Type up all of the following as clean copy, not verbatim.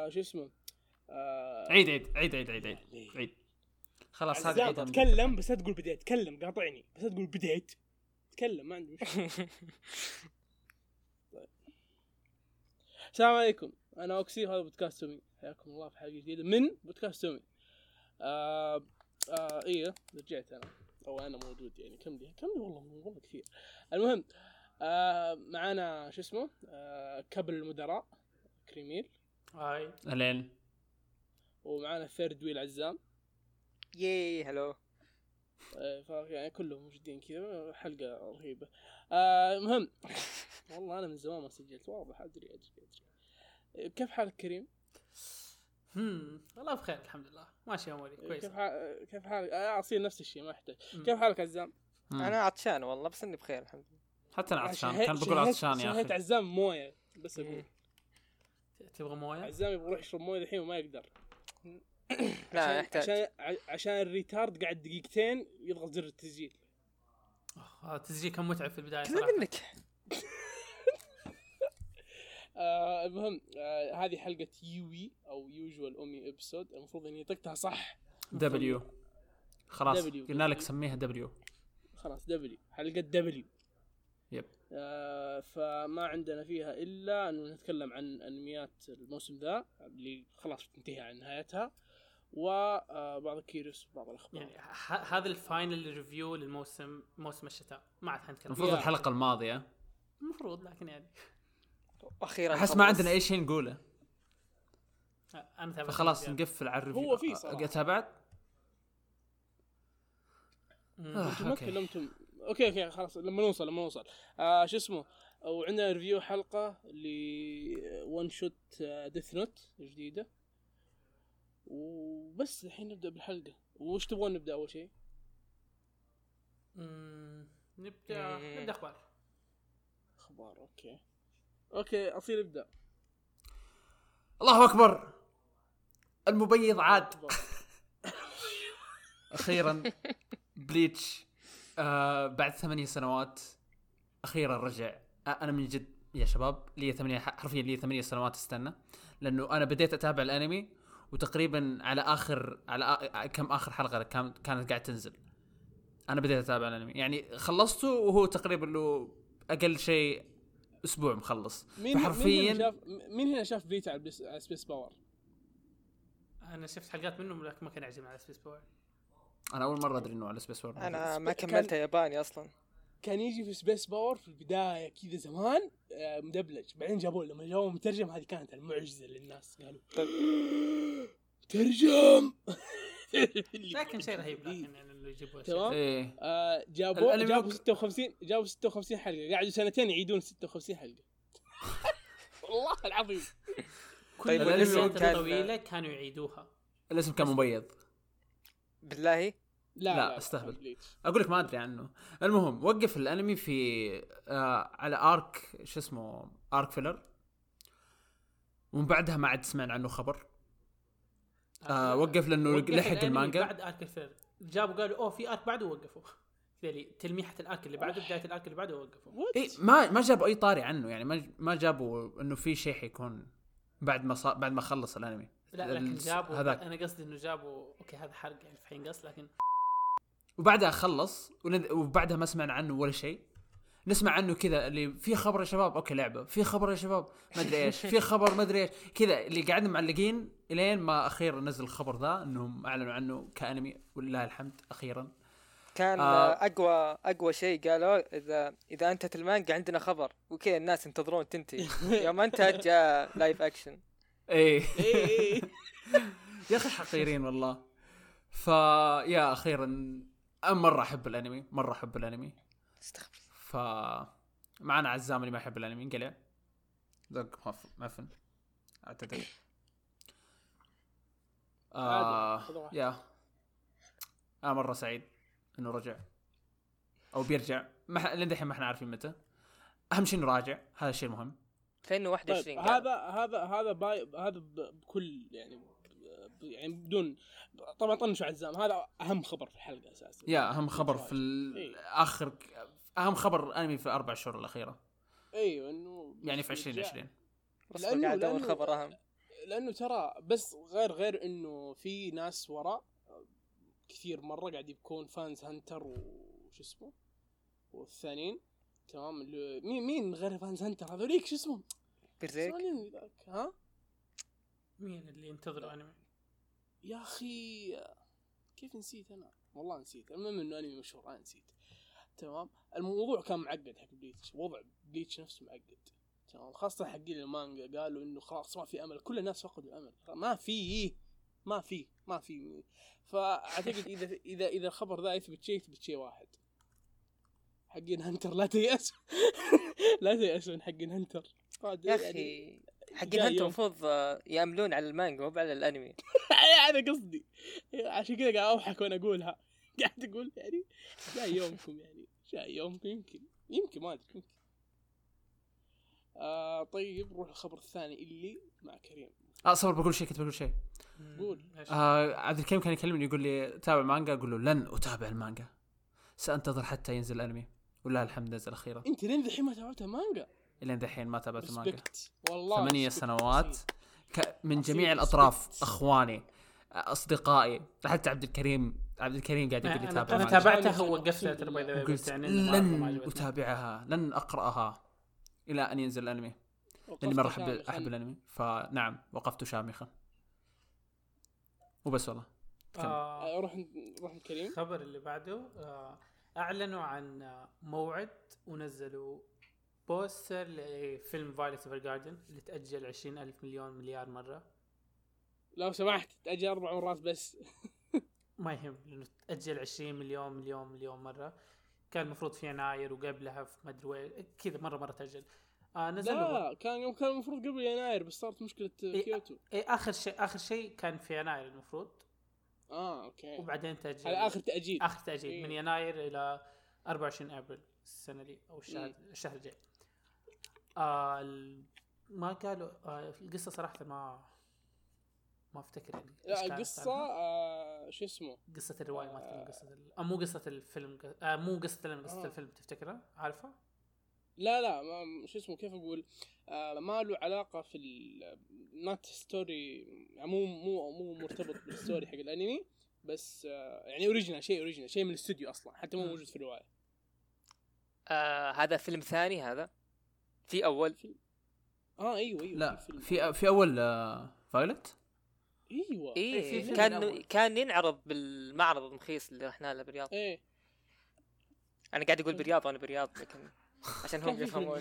شو اسمه عيد خلاص هذا عيد. تكلم بس لا تقول بديت، تكلم قاطعني بس لا تقول بديت، تكلم ما عندي مشكلة. طيب. السلام عليكم، انا اوكسي، هذا بودكاست تومي. حياكم الله في حلقة جديدة من بودكاست تومي. ايه رجعت انا، او انا موجود يعني. كم لي والله كثير. المهم معانا شو اسمه كبل المدراء كريميل. هاي أهلين. ومعانا الثيرد ويل عزام. ياي هلو. يعني كلهم موجودين كذا، حلقة رهيبة. المهم والله أنا من زمان ما سجلت، واضح. أدري. كيف حالك كريم؟ والله بخير الحمد لله، ماشي أموري كويس. كيف حالك؟ أصير نفس الشيء ما أحتاج. كيف حالك عزام؟ أنا عطشان والله، بس إني بخير الحمد لله. حتى أنا عطشان، كان بقول عطشان يا أخي. شهيت عزام موية بس أقول. تبغى موية؟ عزام يبغى يروح يشرب موية الحين وما يقدر. لا يحتاج. عشان الريتارد قاعد دقيقتين يضغط زر التسجيل. التسجيل كان متعب في البداية صراحة. منك. المهم هذه حلقة يوي أو يوجوال أومي إبسود، المفروض إني طقتها صح. دبليو خلاص قلنا لك سميها دبليو. خلاص دبليو، حلقة دبليو. يب. فما عندنا فيها إلا أنه نتكلم عن أنميات الموسم ذا اللي خلاص تنتهي عن نهايتها، وبعض الكيروس وبعض الأخبار. يعني هذا الفاينل ريفيو للموسم، موسم الشتاء. ما عاد هنتكلم. المفروض الحلقة الماضية المفروض، لكن يعني أخيرا أحس ما عندنا أي شيء نقوله. أنا تابعت. خلاص نقفل على الريفيو. هو في صراحة تابعت. أنتم اوكي خلاص لما نوصل شو اسمه. وعندنا ريفيو حلقة ل وان شوت ديث نوت جديدة، وبس الحين نبدأ بالحلقة. وش تبغون نبدأ أول شيء؟ نبدأ أخبار. اوكي أصير ابدأ. الله أكبر، المبيض عاد. أخيرا بليتش بعد 8 سنوات أخيرا رجع. أنا من جد يا شباب لي 8 حرفيا لي 8 سنوات استنى، لأنه أنا بديت أتابع الأنمي وتقريبا على كم آخر حلقة كانت قاعد تنزل. أنا بديت أتابع الأنمي يعني خلصته وهو تقريبا له أقل شيء أسبوع مخلص. حرفيا مين هنا شاف بليتش على سبيس باور؟ أنا شفت حلقات منه لكن ما كان يعجبني على سبيس باور. أنا أول مرة أدري إنه على سبيس باور. أنا ما كملتها ياباني أصلاً. كان يجي في سبيس باور في البداية كذا زمان مدبلج، بعدين لما جابوه مترجم. هذه كانت المعجزة للناس، قالوا ترجم. لكن شيء رهيب، لكن يعني اللي يجيبوه تمام. جابوا 56 حلقة، قاعدوا سنتين يعيدون 56 حلقة. والله العظيم. طيب الاسم طويلة كانوا يعيدوها. الاسم كان مبيض بالله. لا استهبل، اقول لك ما ادري عنه. المهم وقف الانمي في على ارك شو اسمه ارك فيلر، ومن بعدها ما عاد سمعنا عنه خبر. وقف لانه لحق المانجا بعد ارك الفيلر. جابوا قالوا في ارك بعده ووقفوا. يعني تلميحة الارك اللي بعده، بداية الارك اللي بعده ووقفوا. اي ما جابوا اي طاري عنه، يعني ما جابوا انه في شيء حيكون بعد ما خلص الانمي. لا لكن جابوا انا قصدي انه جابوا اوكي هذا حرق يعني في حين قص، لكن وبعدها خلص وبعدها ما سمعنا عنه ولا شيء. نسمع عنه كذا اللي في خبر يا شباب اوكي لعبه، في خبر يا شباب ما ادري ايش، في خبر ما ادري ايش كذا، اللي قاعدين معلقين الين ما اخيرا نزل الخبر ذا انهم اعلنوا عنه كانمي. ولله الحمد اخيرا كان اقوى شيء. قالوا اذا انتهت المانجا عندنا خبر، وكذا الناس ينتظرون تنتهي. يوم انتهت جاء لايف اكشن. ايه يا اخي حقيرين والله. يا اخيرا مرة أحب الأنمي استغفر. معنا عزام اللي ما يحب الأنمي انقلع ذوق معفن أعتقد. يا أنا مرة سعيد إنه رجع أو بيرجع. لين دحين ما إحنا عارفين متى. أهم شيء إنه راجع، هذا الشيء المهم. 2021. طيب هذا بكل يعني بدون طبعا طنشوا عزام. هذا اهم خبر في الحلقه اساسا. اهم خبر في اخر اهم خبر انمي في 4 شهور الاخيره. ايوه انه يعني في 2020 لانه خبر اهم. لانه ترى بس غير انه في ناس وراء كثير مره قاعد يكون فانز هانتر وش اسمه والثانيين تمام. مين غير فانز هانتر هذوليك شو اسمه برزيك ها مين اللي ينتظروا انمي؟ يا اخي كيف نسيت انا والله نسيت. المهم انه انمي مشهور انا نسيت تمام. الموضوع كان معقد حق بليتش. وضع بليتش نفسه معقد تمام. خاصة حقين المانجا قالوا انه خلاص ما في امل. كل الناس فقدوا الامل. ما في فاعتقد اذا الخبر ذا يثبت شيء واحد. حقين هنتر لا تيأس. لا تيأس من حقين هنتر يا اخي. حقين هنتر المفروض يأملون على المانجا مو على الانمي. هذا قصدي. عشان كذا قاعد اضحك وانا اقولها. قاعد اقول يعني جاي يومكم يمكن ما ادري يمكن. طيب نروح الخبر الثاني اللي مع كريم. صور بقول شيء قول. عبد الكريم كان يكلمني يقول لي تابع المانجا. اقول له لن اتابع المانجا سانتظر حتى ينزل الانمي. ولا الحمد نزل اخيرا. انت لين ذحين ما تابعت المانجا؟ الين دحين ما تابعت المانجا والله 8 سنوات من جميع الاطراف اخواني اصدقائي حتى عبد الكريم قاعد يقول لي تابع. انا تابعتها ووقفتها ترى قلت لن اتابعها لن اقراها الى ان ينزل الانمي لاني مره احب الانمي. فنعم وقفت شامخا وبس والله. روح كريم. الخبر اللي بعده اعلنوا عن موعد ونزلوا بوستر لفيلم فايلت ايفرغاردن اللي تأجل 20,000 مليون مليار مرة. لو سمحت تأجل 4 مرات بس. ما يهم لأنه تأجل 20 مليون مرة. كان المفروض في يناير وقبلها في مدري كذا مرة تأجل. لا كان المفروض قبل يناير بس صارت مشكلة كيوتو. آخر شيء كان في يناير المفروض. اوكي. وبعدين تأجل. على آخر تأجيل من يناير إلى 24 أبريل السنة دي أو الشهر الجاي. ما قالوا القصة صراحة ما افتكر يعني. لا القصة شو اسمه قصة الرواية ما افتكر قصة مو قصة الفيلم مو قصة الفيلم تفتكرها عارفة؟ لا شو اسمه كيف اقول ما له علاقة في نات ستوري مو مرتبط بالستوري حق الانمي بس يعني اوريجينال شيء من الاستوديو اصلا حتى مو موجود في الرواية. هذا فيلم ثاني هذا في اول ايوه لا في اول فايلت ايوه كان ينعرض بالمعرض المخيس اللي رحنا له بالرياض. انا قاعد اقول بالرياض وانا بالرياض لكن عشان هم يفهمون.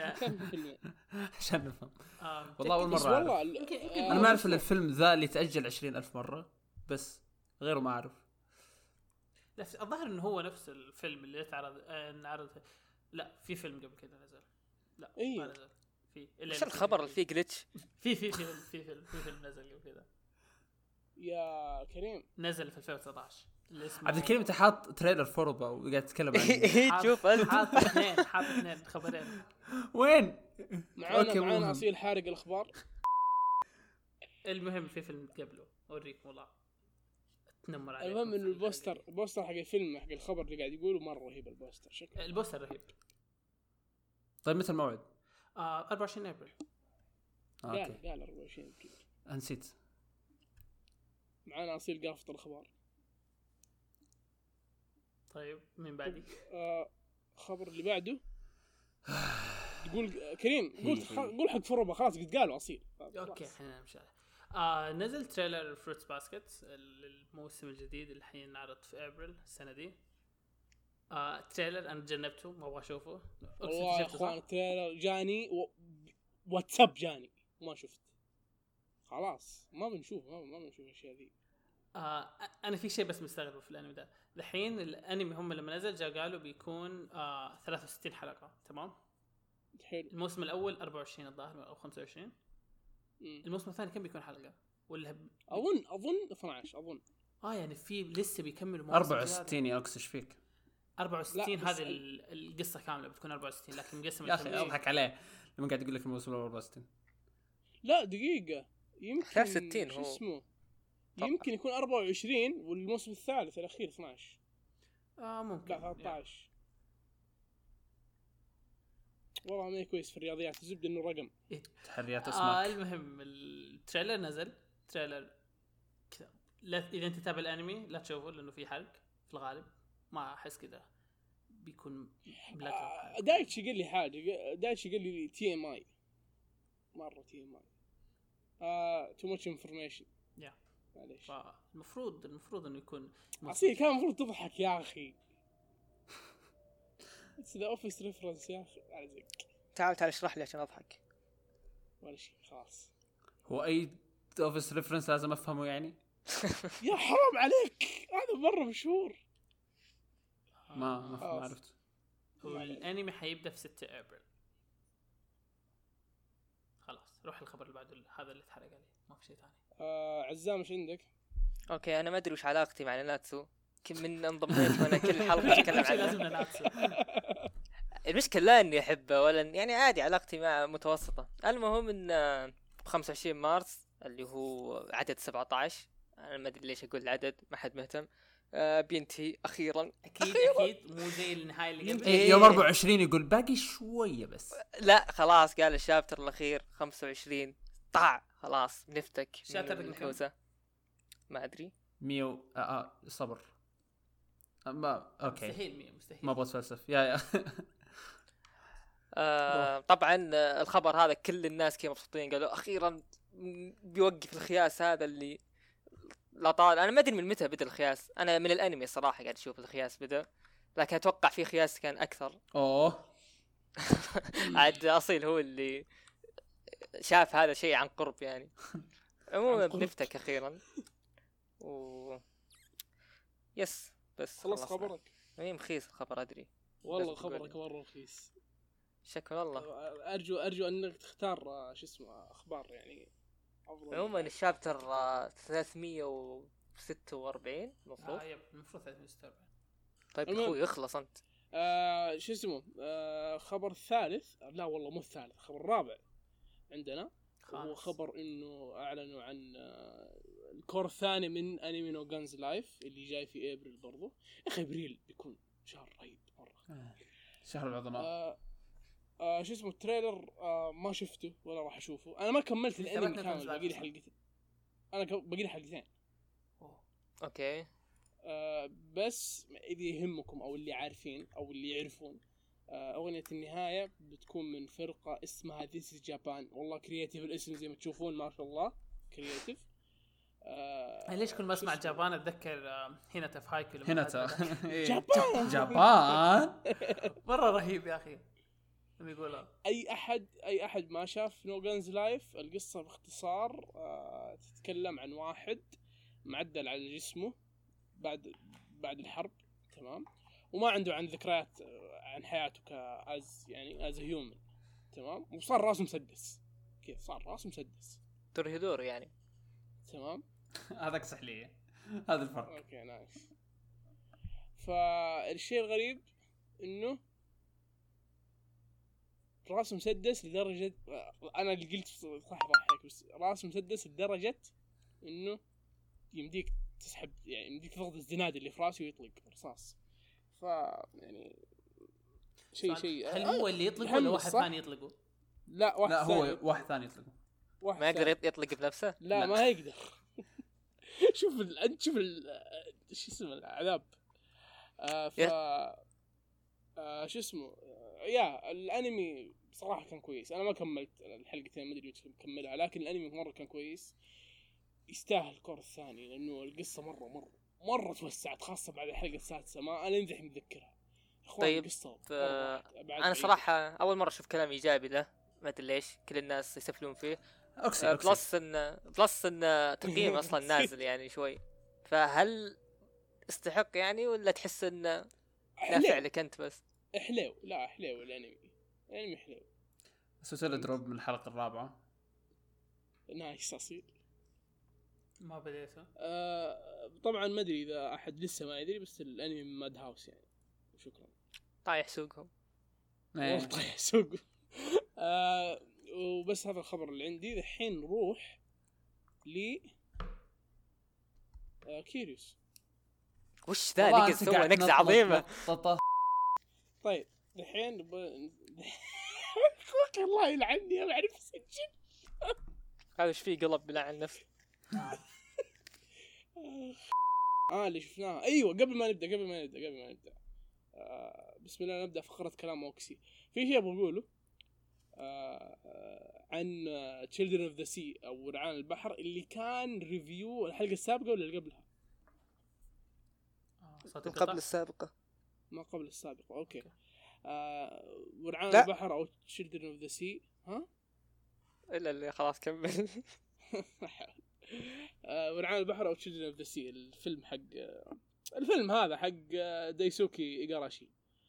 عشان نفهم. والله اول مرة انا ما اعرف الفيلم ذا اللي تأجل 20,000 مرة بس غيره ما اعرف. لا الظاهر انه هو نفس الفيلم اللي نعرض. لا في فيلم قبل كذا نزل. لا ما نزل في ايش الخبر اللي فيه جلتش. في فيلم نزل قبل كذا يا كريم نزل في 2019 عبد الكريم انت حاط تريلر فوربا وقاعد تتكلم عنه. شوف انت حاط اثنين خبرين وين معانا اصيل حارق الاخبار. المهم في فيلم قبله اوريكم والله تنمر عليه. المهم انه البوستر حق الفيلم حق الخبر اللي قاعد يقوله مره رهيب. البوستر شكله البوستر رهيب. طيب متى الموعد؟ 24 ابريل. قال 24 ابريل. نسيت. معانا اصيل قافط الاخبار. طيب من خبر اللي بعده تقول كريم قول حق فروبا خلاص قد قالوا اصيل. اوكي احنا نمشي. نزل تريلر فروتس باسكت الموسم الجديد اللي الحين نعرض في ابريل السنه دي. تريلر انا جنبته ما ابغى اشوفه والله يا اخوان. التريلر جاني واتساب جاني ما شفت. خلاص ما بنشوف الاشياء ذي. انا في شيء بس مستغرب في الانمي ده. الحين الانمي هم لما نزل جا قالوا بيكون 63 حلقه تمام. حلو. الموسم الاول 24 الظاهر او 25. الموسم الثاني كم بيكون حلقه ولا اظن 12 اظن. يعني في لسه بيكملوا 64 يا اكس ايش فيك 64 هذه القصه كامله بتكون 64 لكن مقسم. يا اخي اضحك عليه لما قاعد يقول لك الموسم 64. لا دقيقه يمكن 60 هو اسمه يمكن يكون 24 والموسم الثالث الاخير 12. ممكن لا 13 والله ما كويس في الرياضيات. الزبده انه رقم تحريات اسمك. المهم تريلر نزل تريلر كذا. لا اذا انت تتابع الانمي لا تشوفه لانه في حرق في الغالب. ما احس كذا بيكون بلاك. دايتشي قال لي حاجه، دايتشي قال لي تي ام اي مره تي ام اي تو ماتش انفورميشن. يا معليش فالمفروض انه يكون اصيل كان المفروض تضحك يا اخي. اتس ذا اوفيس ريفرنس يا اخي. على تعال اشرح لي عشان اضحك. ولا شيء خلاص. هو اي اوفيس ريفرنس لازم افهمه يعني؟ يا حرام عليك، هذا مره مشهور. ما عرفت. الانمي حيبدا في 6 ابريل. خلاص روح الخبر اللي بعده، هذا اللي اتحرق عليه ما في شيء ثاني. عزام ايش عندك؟ اوكي انا ما ادري وش علاقتي مع ناناتسو، من انضميت وانا كل حلقه اتكلم لازم عنه. ننافسه. المشكله لا اني احبه ولا يعني عادي، علاقتي مع متوسطه. المهم ان 25 مارس اللي هو عدد 17، انا ما ادري ليش اقول العدد، ما حد مهتم، بينتهي اخيرا. اكيد مو زي النهايه اللي قبل. يوم 24 يقول باقي شويه بس. لا خلاص قال الشابتر الاخير 25 طاع خلاص بنفتك الشابتر من الحوسه. ما ادري 100 صبر. ما اوكي مستحيل ما ابغى اتفلسف يا طبعا الخبر هذا كل الناس كانوا مبسوطين، قالوا اخيرا بيوقف الخياس هذا اللي لا طال. انا ما ادري من متى بدا الخياس، انا من الانمي صراحه قاعد اشوف الخياس بدا، لكن اتوقع في خياس كان اكثر. عاد اصيل هو اللي شاف هذا شيء عن قرب يعني. عموما بنفتك اخيرا يس بس خلص خبرك. اي مخيس الخبر ادري والله خبرك مره رخيص. شكرا الله. ارجو انك تختار شو اسمه اخبار يعني افضل. عموما الشابتر 346 المفروض. المفروض 346. طيب اخوي اخلص انت. شو اسمه خبر الثالث، لا والله مو الثالث، خبر الرابع عندنا هو خبر انه اعلنوا عن الكور الثاني من انمي نو جانز لايف اللي جاي في ابريل برضو. يا اخي ابريل بيكون شهر رهيب مره، شهر العظماء. شو اسمه التريلر ما شفته ولا راح اشوفه. انا ما كملت الانمي كامل، باقي لي حلقتين. انا باقي لي حلقتين. اوكي بس اذا يهمكم او اللي عارفين او اللي يعرفون، اغنية النهاية بتكون من فرقة اسمها This is Japan. والله كرياتيف الاسم زي ما تشوفون ما شاء الله كرياتيف. ليش كل ما اسمع جابان اتذكر هيناتا في هايكو. هيناتا جابان مرة رهيب يا اخي لما يقولها. اي احد ما شاف نو جانز لايف، القصة باختصار تتكلم عن واحد معدل على جسمه بعد الحرب، تمام، وما عنده عن ذكريات عن حياته كاز يعني از هيومن، تمام، وصار راسه مسدس كيف، صار راسه مسدس ترهدور يعني، تمام. هذاك سحلية، هذا الفرق. اوكي نايس. فالشيء الغريب انه راسه مسدس لدرجة، انا اللي قلت صح ضحك، بس راسه مسدس لدرجة انه يمديك تسحب يعني يمديك تضغط الزناد اللي في راسه ويطلق رصاص. ف يعني شيء هل هو اللي يطلق ولا واحد ثاني يطلقه؟ لا هو واحد ثاني يطلقه. ما يقدر يطلق بنفسه. لا ما يقدر. شوف انت شوف شو اسمه العذاب. شو اسمه يا الانمي صراحه كان كويس. انا ما كملت الحلقتين، ما ادري ايش مكملها، لكن الانمي مره كان كويس، يستاهل الكور الثاني لانه القصه مره توسعت، خاصه بعد الحلقه السادسه ما انا انزح متذكرها. طيب انا صراحه اول مره اشوف كلام ايجابي له، ما ادري ليش كل الناس يسفلون فيه. بلس ان تقييم اصلا نازل يعني شوي، فهل استحق يعني ولا تحس انه نافع لك انت بس؟ حلو الانمي حلو. سلسلة دروب من الحلقة الرابعة نايس اصيل. ما بديته طبعا ما ادري اذا احد لسه ما يدري، بس الانمي من ماد هاوس يعني. شكرا. طايح سوقهم طايح سوق. وبس هذا الخبر اللي عندي. الحين نروح ل كيريوس. وش ذا نقص سوى نقصة عظيمة. طيب الحين الله يلعني، انا اعرف اسجل. هذا ايش فيه قلب بلعن نفسه. اللي شفناها ايوه قبل ما نبدا بسم الله نبدا فقره كلام اوكسي. في شيء بقوله عن Children of the Sea او رعان البحر اللي كان ريفيو الحلقه السابقه ولا اللي قبلها؟ قبل السابقه. ما قبل السابقه. اوكي. ورعان البحر او Children of the Sea. ها الا اللي خلاص كمل. ورعان البحر او Children of the Sea الفيلم هذا حق دايسوكي إيغاراشي.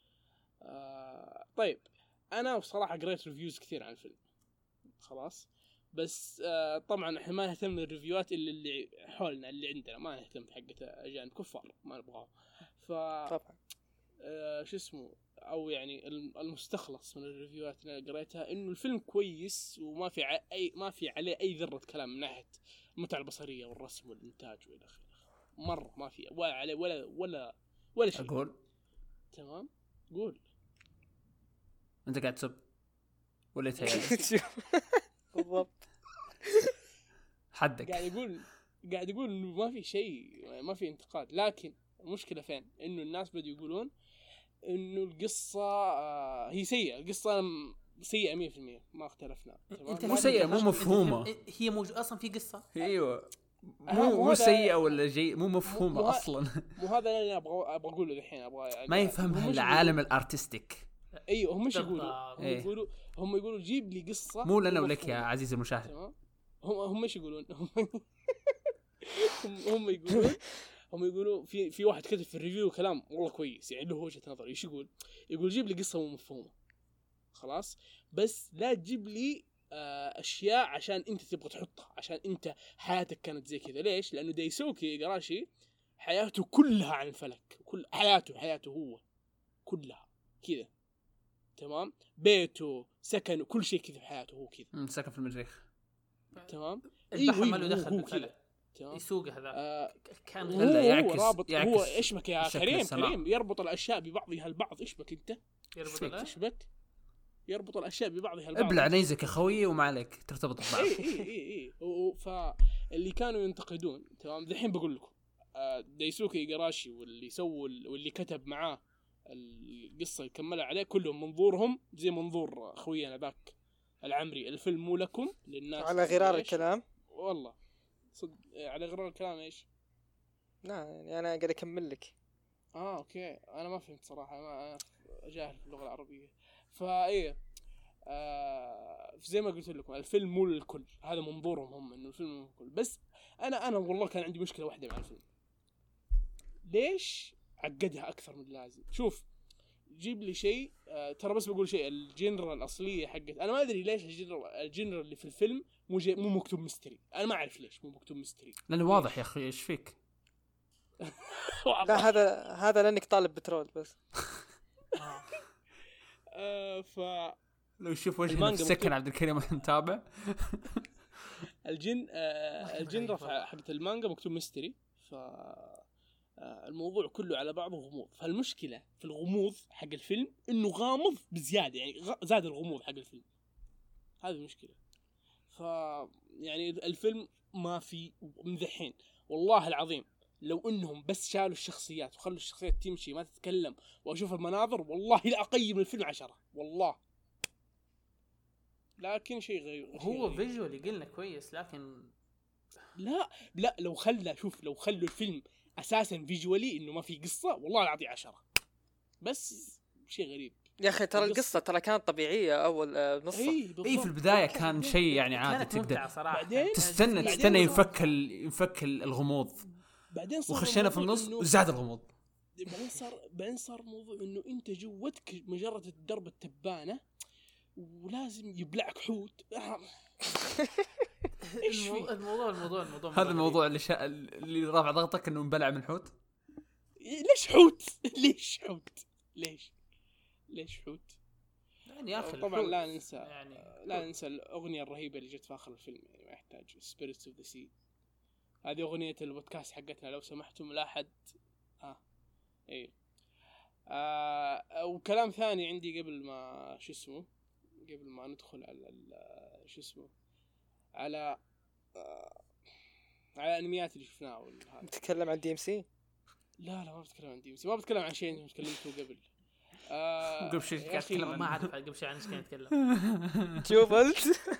طيب انا بصراحه قريت ريفيوز كثير عن الفيلم خلاص، بس طبعا احنا ما نهتم بالريفيوهات اللي حولنا اللي عندنا، ما نهتم بحقه اجانب كفار ما نبغاه. ف طبعا شو اسمه او يعني المستخلص من الريفيوهات اللي انا قريتها انه الفيلم كويس وما في ما في عليه اي ذره كلام من ناحيه المتعه البصريه والرسم والانتاج والى اخره. مره ما في ولا عليه ولا شيء. اقول تمام قول. انت قاعد تسب ولا تهيأ؟ بالضبط. حدك. قاعد يقول انه ما في شيء، ما في انتقاد، لكن المشكله فين؟ انه الناس بدوا يقولون انه القصه هي سيئه. القصه سيئه 100% ما اختلفنا. مو سيئه مو مفهومه. هي اصلا في قصه. ايوه مو سيئه ولا جيد، مو مفهومه اصلا. مو هذا اللي انا ابغى اقوله الحين. ابغى يعني ما يفهمها العالم الارتستيك. ايوه هم هم يقولوا جيب لي قصه مو لنا ولك يا عزيزي المشاهد. تمام. هم ايش يقولون؟ هم يقولوا في واحد كتب في الريفيو كلام والله كويس يعني له وجهة نظر. ايش يقول جيب لي قصة مو مفهومة خلاص، بس لا تجيب لي اشياء عشان انت تبغى تحطها، عشان انت حياتك كانت زي كذا. ليش؟ لانه دايسوكي إيغاراشي حياته كلها عن الفلك، كل حياته هو كلها كذا. تمام. بيته سكنه كل شيء كذا في حياته هو كذا. سكن في المريخ. تمام. البحر ما له دخل بالفلك يسوق هذا كان هو رابط. هو ايش بك يا كريم يربط الاشياء ببعضها البعض. ايش بك انت يربط الاشياء ببعضها البعض. ابلع نيزك اخوي وما عليك ترتبط ببعض. اي فاللي كانوا ينتقدون تمام الحين بقول لكم دايسوكي إيغاراشي واللي كتب معاه القصه يكملها عليه كلهم منظورهم زي منظور اخوينا ذاك العمري. الفيلم مو لكم للناس على غرار الكلام والله على غرار الكلام. ايش؟ لا يعني انا قاعد اكمل لك. اوكي انا ما فهمت صراحه، ما جاهل في اللغه العربيه. فايه زي ما قلت لكم الفيلم مو للكل، هذا منظورهم هم انه الفيلم مو للكل. بس انا والله كان عندي مشكله واحده مع الفيلم. ليش عقدها اكثر من اللازم؟ شوف جيب لي شيء ترى بس بقول شيء الجنرال الاصليه حقت انا ما ادري ليش الجنرال اللي في الفيلم مو مكتوب ميستري. انا ما اعرف ليش مو مكتوب ميستري لانه واضح يا اخي. ايش فيك؟ لا هذا لانك طالب بترول بس. ف لو يشوف وجهنا في سكن عبد الكريم نتابع. الجنرال حقت المانجا مكتوب ميستري. ف الموضوع كله على بعضه غموض. فالمشكلة في الغموض حق الفيلم انه غامض بزيادة، يعني زاد الغموض حق الفيلم. هذه المشكلة. يعني الفيلم ما في مذحين والله العظيم. لو انهم بس شالوا الشخصيات وخلوا الشخصيات تمشي ما تتكلم واشوف المناظر والله لا اقيم الفيلم 10 والله. لكن شيء غير هو فيجوالي قلنا كويس لكن لا لو خلوا الفيلم اساسا فيجوالي انه ما في قصه والله العظيم 10. بس شيء غريب يا اخي. ترى القصه ترى كانت طبيعيه اول نص. في البدايه كان شيء يعني عادي تقدر بعدين تستنى ينفك الغموض. بعدين وخشينا في النص وزاد الغموض. بعدين صار موضوع انه انت جوتك مجرد الدرب التبانه ولازم يبلعك حوت. الموضوع هذا الموضوع اللي رافع ضغطك انه مبلع من حوت. ليش حوت؟ ليش حوت؟ يعني يا اخي طبعا لا ننسى الاغنيه الرهيبه اللي جت في اخر الفيلم. يعني ما يحتاج Spirits of the Sea. هذه اغنيه البودكاست حقتنا لو سمحتم لا حد ايه. وكلام ثاني عندي قبل ما ندخل على على على الانميات اللي شفناها ولا تتكلم عن DMC؟ لا ما بتكلم عن DMC، ما بتكلم عن شيء انتم تكلمتوا قبل. قبل شيء قاعد تتكلم ما اعرف قبل شيء عن ايش كان يتكلم. شوف انت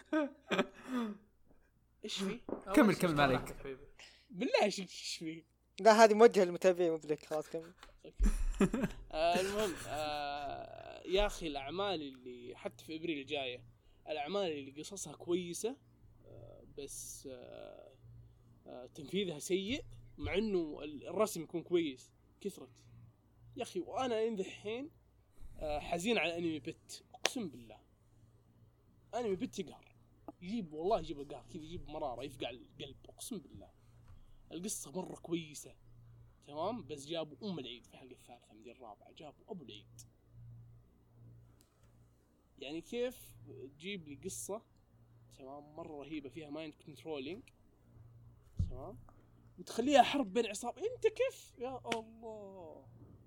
ايش في؟ كمل ما عليك بالله ايش في؟ لا هذه موجهه للمتابعين مو بلك، خلاص كمل. المهم يا اخي الاعمال اللي حتى في ابريل الجايه، الاعمال اللي قصصها كويسه بس تنفيذها سيء، مع انه الرسم يكون كويس كثرت يا اخي. وانا الحين حزين على انمي بت، اقسم بالله انمي بت يقهر، والله يجيب القهر كذا، يجيب مراره يفقع القلب، اقسم بالله. القصه مره كويسه تمام، بس جابوا العيد في الحلقه الثالثه من الرابعه، جابوا ابو العيد. يعني كيف تجيب لي قصه تمام مره رهيبه فيها مايند كنترولينج تمام وتخليها حرب بين عصاب؟ انت كيف يا الله؟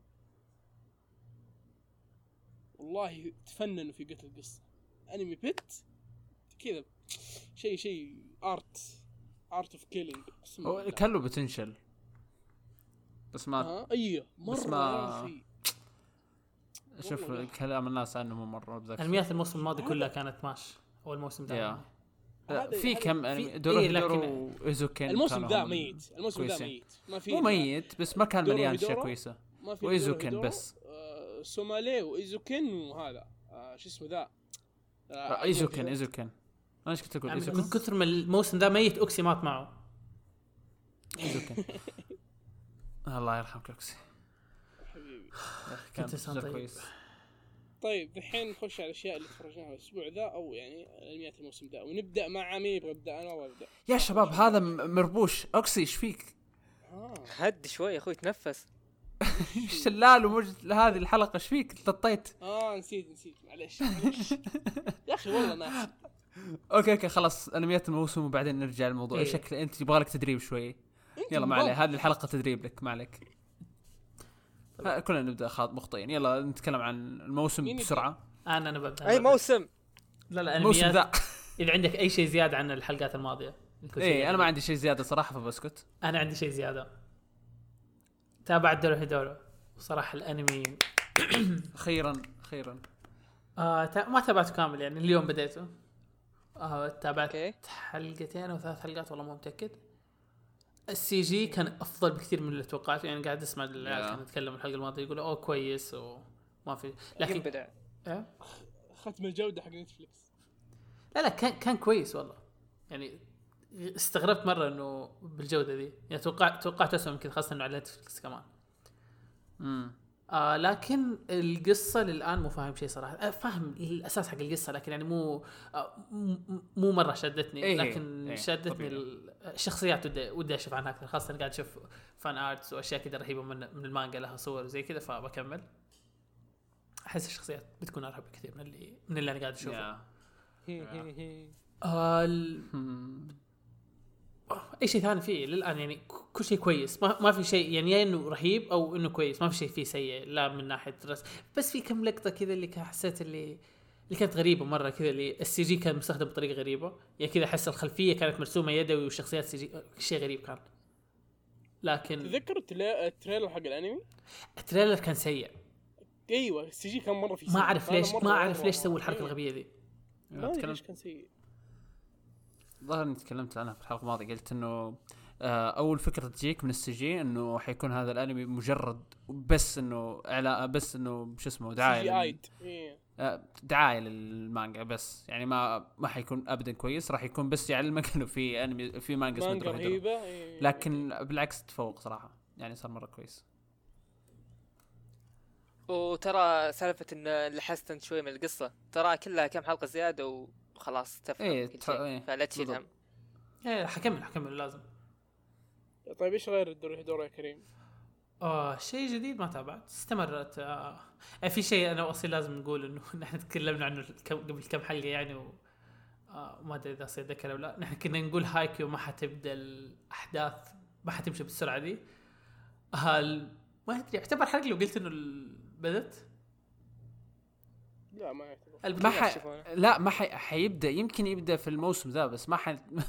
والله تفننوا في قتل القصه. انمي بيت كذا شيء ارت اوف كيلينج، كان له بوتنشل بس ما ايوه مره يا اخي. شوف كلام الناس عنه مو مره بذكر. انميات الموسم الماضي كلها كانت ماش، او الموسم ده في كم انمي دورو ايزوكن. الموسم ذا ميت، الموسم ذا ميت، ما في مو ميت بس ما كان مليان اشياء كويسه. وايزوكن بس سومالي وايزوكن وهذا شو اسمه ذا ايزوكن انا ايش كنت اقول؟ يعني من كثر ما الموسم ذا ميت اوكسي مات معه. ايزوكن الله يرحمك اوكسي حبيبي، كان كويس. طيب الحين نخش على الاشياء اللي تفرجناها الاسبوع ذا، او يعني انميات الموسم ذا، ونبدا مع مين يبغى يبدا؟ انا والله ابدا. يا شباب هذا مربوش اوكسي، ايش فيك؟ هد شوي يا اخوي تنفس. شلال ومجد لهذه الحلقه، ايش فيك ططيت؟ نسيت معليش يا اخي والله ناسي. اوكي خلاص انميات الموسم وبعدين نرجع للموضوع. إيه. شكل انت يبغى لك تدريب شوي. يلا ما عليه، هذه الحلقه تدريب لك، ما عليك. كلنا نبدا مخطئين. يلا نتكلم عن الموسم بسرعه. انا ببدا. اي موسم؟ لا الموسم ذا اذا عندك اي شيء زياده عن الحلقات الماضيه. ايه انا ما عندي شيء زياده صراحه، فبسكت. انا عندي شيء زياده. تابعت دورو صراحه الانمي اخيرا ما تابعته كامل، يعني اليوم بديته. تابعت أوكي. حلقتين او 3 حلقات والله مو متاكد. السي جي كان افضل بكثير من اللي توقعته، يعني قاعد اسمع العيال كانوا يتكلموا الحلقه الماضيه يقولوا اوه كويس وما في، لكن بدع ختم الجوده حق نتفليكس. لا كان كويس والله، يعني استغربت مره انه بالجوده دي، يعني توقعت اسوء يمكن، خاصه انه على نتفليكس كمان. لكن القصه للان مو فاهم شيء صراحه. فاهم الاساس حق القصه لكن يعني مو مره شدتني. لكن شدتني الشخصيات، ودي اشوف عنها اكثر، خاصه قاعد اشوف فان ارتس واشياء كذا رهيبه من المانجا، لها صور وزي كذا، فبكمل. احس الشخصيات بتكون ارهب كثير من اللي انا قاعد اشوفه. اي شيء ثاني فيه للان يعني كل شيء كويس، ما في شيء يعني يا انه رهيب او انه كويس، ما في شيء فيه سيء لا من ناحيه رسم. بس في كم لقطه كذا اللي حسيت اللي كانت غريبه مره كذا، اللي السي جي كان مستخدم بطريقه غريبه، يعني كذا احس الخلفيه كانت مرسومه يدوي والشخصيات سي جي، شيء غريب كان. لكن تذكر التريلر حق الانمي؟ التريلر كان سيء. ايوه السي جي كان مره في ما اعرف ليش سووا الحركه الغبيه دي. ما ادري ليش كان سيء. ظهر اني تكلمت عنها في الحلقه الماضيه، قلت انه اول فكره تجيك من السي جي انه حيكون هذا الانمي مجرد بس انه اعلان، بس انه شو اسمه دعايه للمانجا بس، يعني ما حيكون ابدا كويس، راح يكون بس يعلمك انه في انمي في مانجا اسمها رهيبه. لكن بالعكس تفوق صراحه، يعني صار مره كويس. وترى سالفه ان لحست انت شوي من القصه، ترى كلها كم حلقه زياده وخلاص تفهم كل شيء، فلا تشيل هم. حكمل لازم. طيب ايش غير الدوري يا كريم؟ شيء جديد ما تابعت، استمرت. في شيء انا واصيل لازم نقول انه نحن تكلمنا عنه قبل كم حلقه يعني وما ادري اذا اصير ذكر او لا. نحن كنا نقول هايكيو ما حتبدا الاحداث، ما حتمشي بالسرعه دي. ما ادري اعتبر حرق لو قلت انه بدت. لا ما يعتبر. لا حيبدا، يمكن يبدا في الموسم ذا، بس ما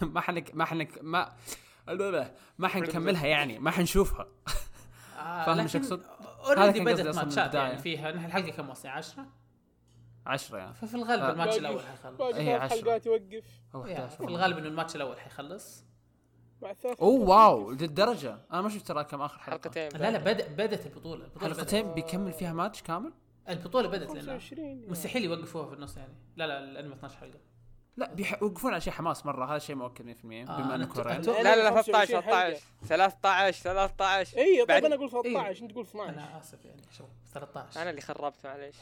حنكملها يعني، ما حنشوفها. فاهم ايش اقصد؟ اوريدي بدت ماتشات يعني فيها. نحن الحلقه كم وصلنا 10 يعني. ففي الغالب الماتش الاول حيخلص. باقي حلقات يوقف. في الغالب انه الماتش الاول حيخلص. واو للدرجه انا ما شفت ترى كم اخر حلقتين. لا بدت البطوله حلقتين بيكمل فيها ماتش كامل. البطوله بدت لنا مستحيل يوقفوها في النص يعني. لا الانمي 12 حلقه. لا بيوقفون على شيء حماس مره، هذا شيء مؤكد 100% بما انه كوريين. لا 13 اي طيب انا اقول 13 انت تقول 12. انا اسف يعني شوف 13 انا اللي خربت معليش.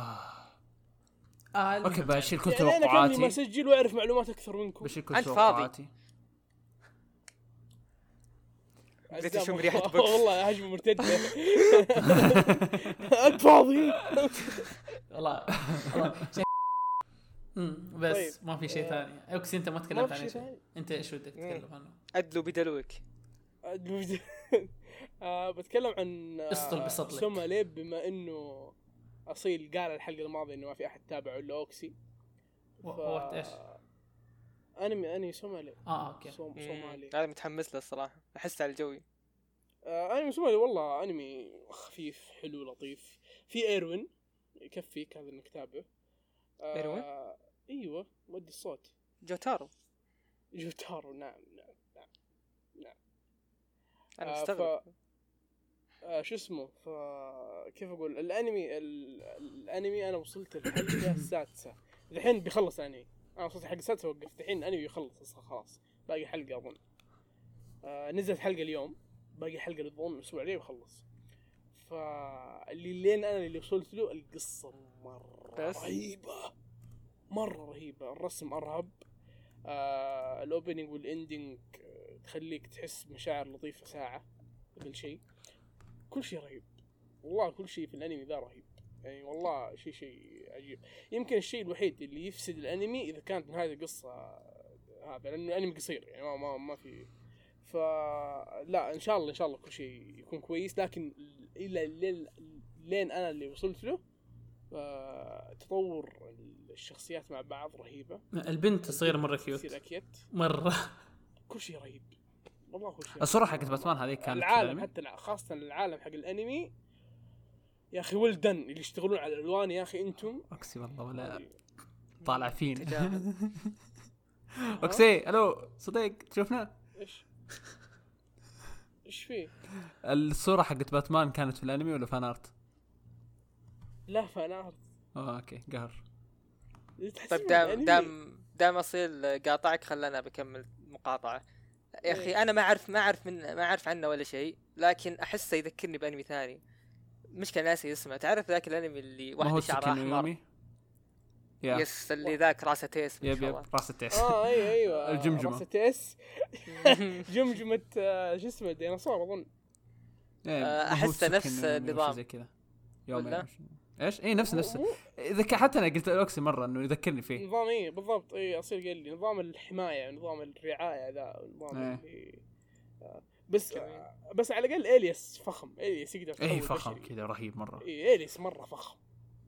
اوكي بشيل كل يعني توقعاتي. انا ما اسجل واعرف معلومات اكثر منكم. بشيل كل توقعاتي. بديت اشم ريحه بوكس والله هجمه مرتده. انت فاضي والله بس ما في شيء ثاني. اوكسي انت ما تكلمت عن شيء. انت ايش ودك تتكلم عنه؟ ادلو بدلوك. بتكلم عن اسطل بسطلك سومالي، بما انه اصيل قال الحلقه الماضيه انه ما في احد تابعه الا اوكسي. وقت ايش؟ انمي سومالي. اوكي سومالي. انا متحمس له الصراحه، احس على الجوي. انمي سومالي والله انمي خفيف حلو لطيف. في ايروين يكفيك هذا انك تتابعه. ايروين؟ ايوه مؤدي الصوت جوتارو. نعم انا مستغرب. شو اسمه كيف اقول الانمي انا وصلت الحلقه السادسه الحين بيخلص انمي. انا وصلت الحلقه السادسه وقفت الحين الانمي يخلص خلاص. باقي حلقه اظن نزلت حلقه اليوم، باقي حلقه اظن اسبوع ليه ويخلص. اللي وصلت له القصه مره رهيبه. الرسم ارهب. الاوبننج والاندنج تخليك تحس مشاعر لطيفه ساعه قبل شيء. كل شيء رهيب والله، كل شيء في الانمي ذا رهيب يعني والله. شيء عجيب. يمكن الشيء الوحيد اللي يفسد الانمي اذا كانت نهايه القصه هذا، لانه الانمي قصير يعني ما في. فلا ان شاء الله كل شيء يكون كويس. لكن لين انا اللي وصلت له تطور الشخصيات مع بعض رهيبه. البنت تصير مره كيوت مره. كل شيء رهيب والله. كل شيء الصورة حقت باتمان هذه كانت العالم حتى خاصة العالم حق الانمي يا اخي ولدن اللي يشتغلون على الالوان يا اخي انتم اقسم والله ولا طالع فين. اوكسي الو صديق تشوفنا ايش فيه؟ الصورة حقت باتمان كانت في الانمي ولا فان ارت؟ لا فان ارت. اوكي قهر. طيب دام اصيل قاطعك خلنا بكمل مقاطعة. يا اخي انا ما اعرف عنه ولا شيء، لكن احسه يذكرني بانمي ثاني مشكلة ناسي اسمه. تعرف ذاك الانمي اللي واحد شعره احمر؟ يس اللي ذاك راسه تيس. يب راسه تيس. ايوه الجمجمة راسه تيس. جمجمة شو اسمه ديناصور اظن. احس نفس النظام زي كذا يوم ايش نفس اذا حتى انا قلت الاوكسي مره انه يذكرني فيه نظام بالضبط. اصير قال لي نظام الحمايه نظام الرعايه ذا نظام اللي بس على الاقل الياس فخم. الياس يقدر فخم كذا رهيب مره. الياس مره فخم.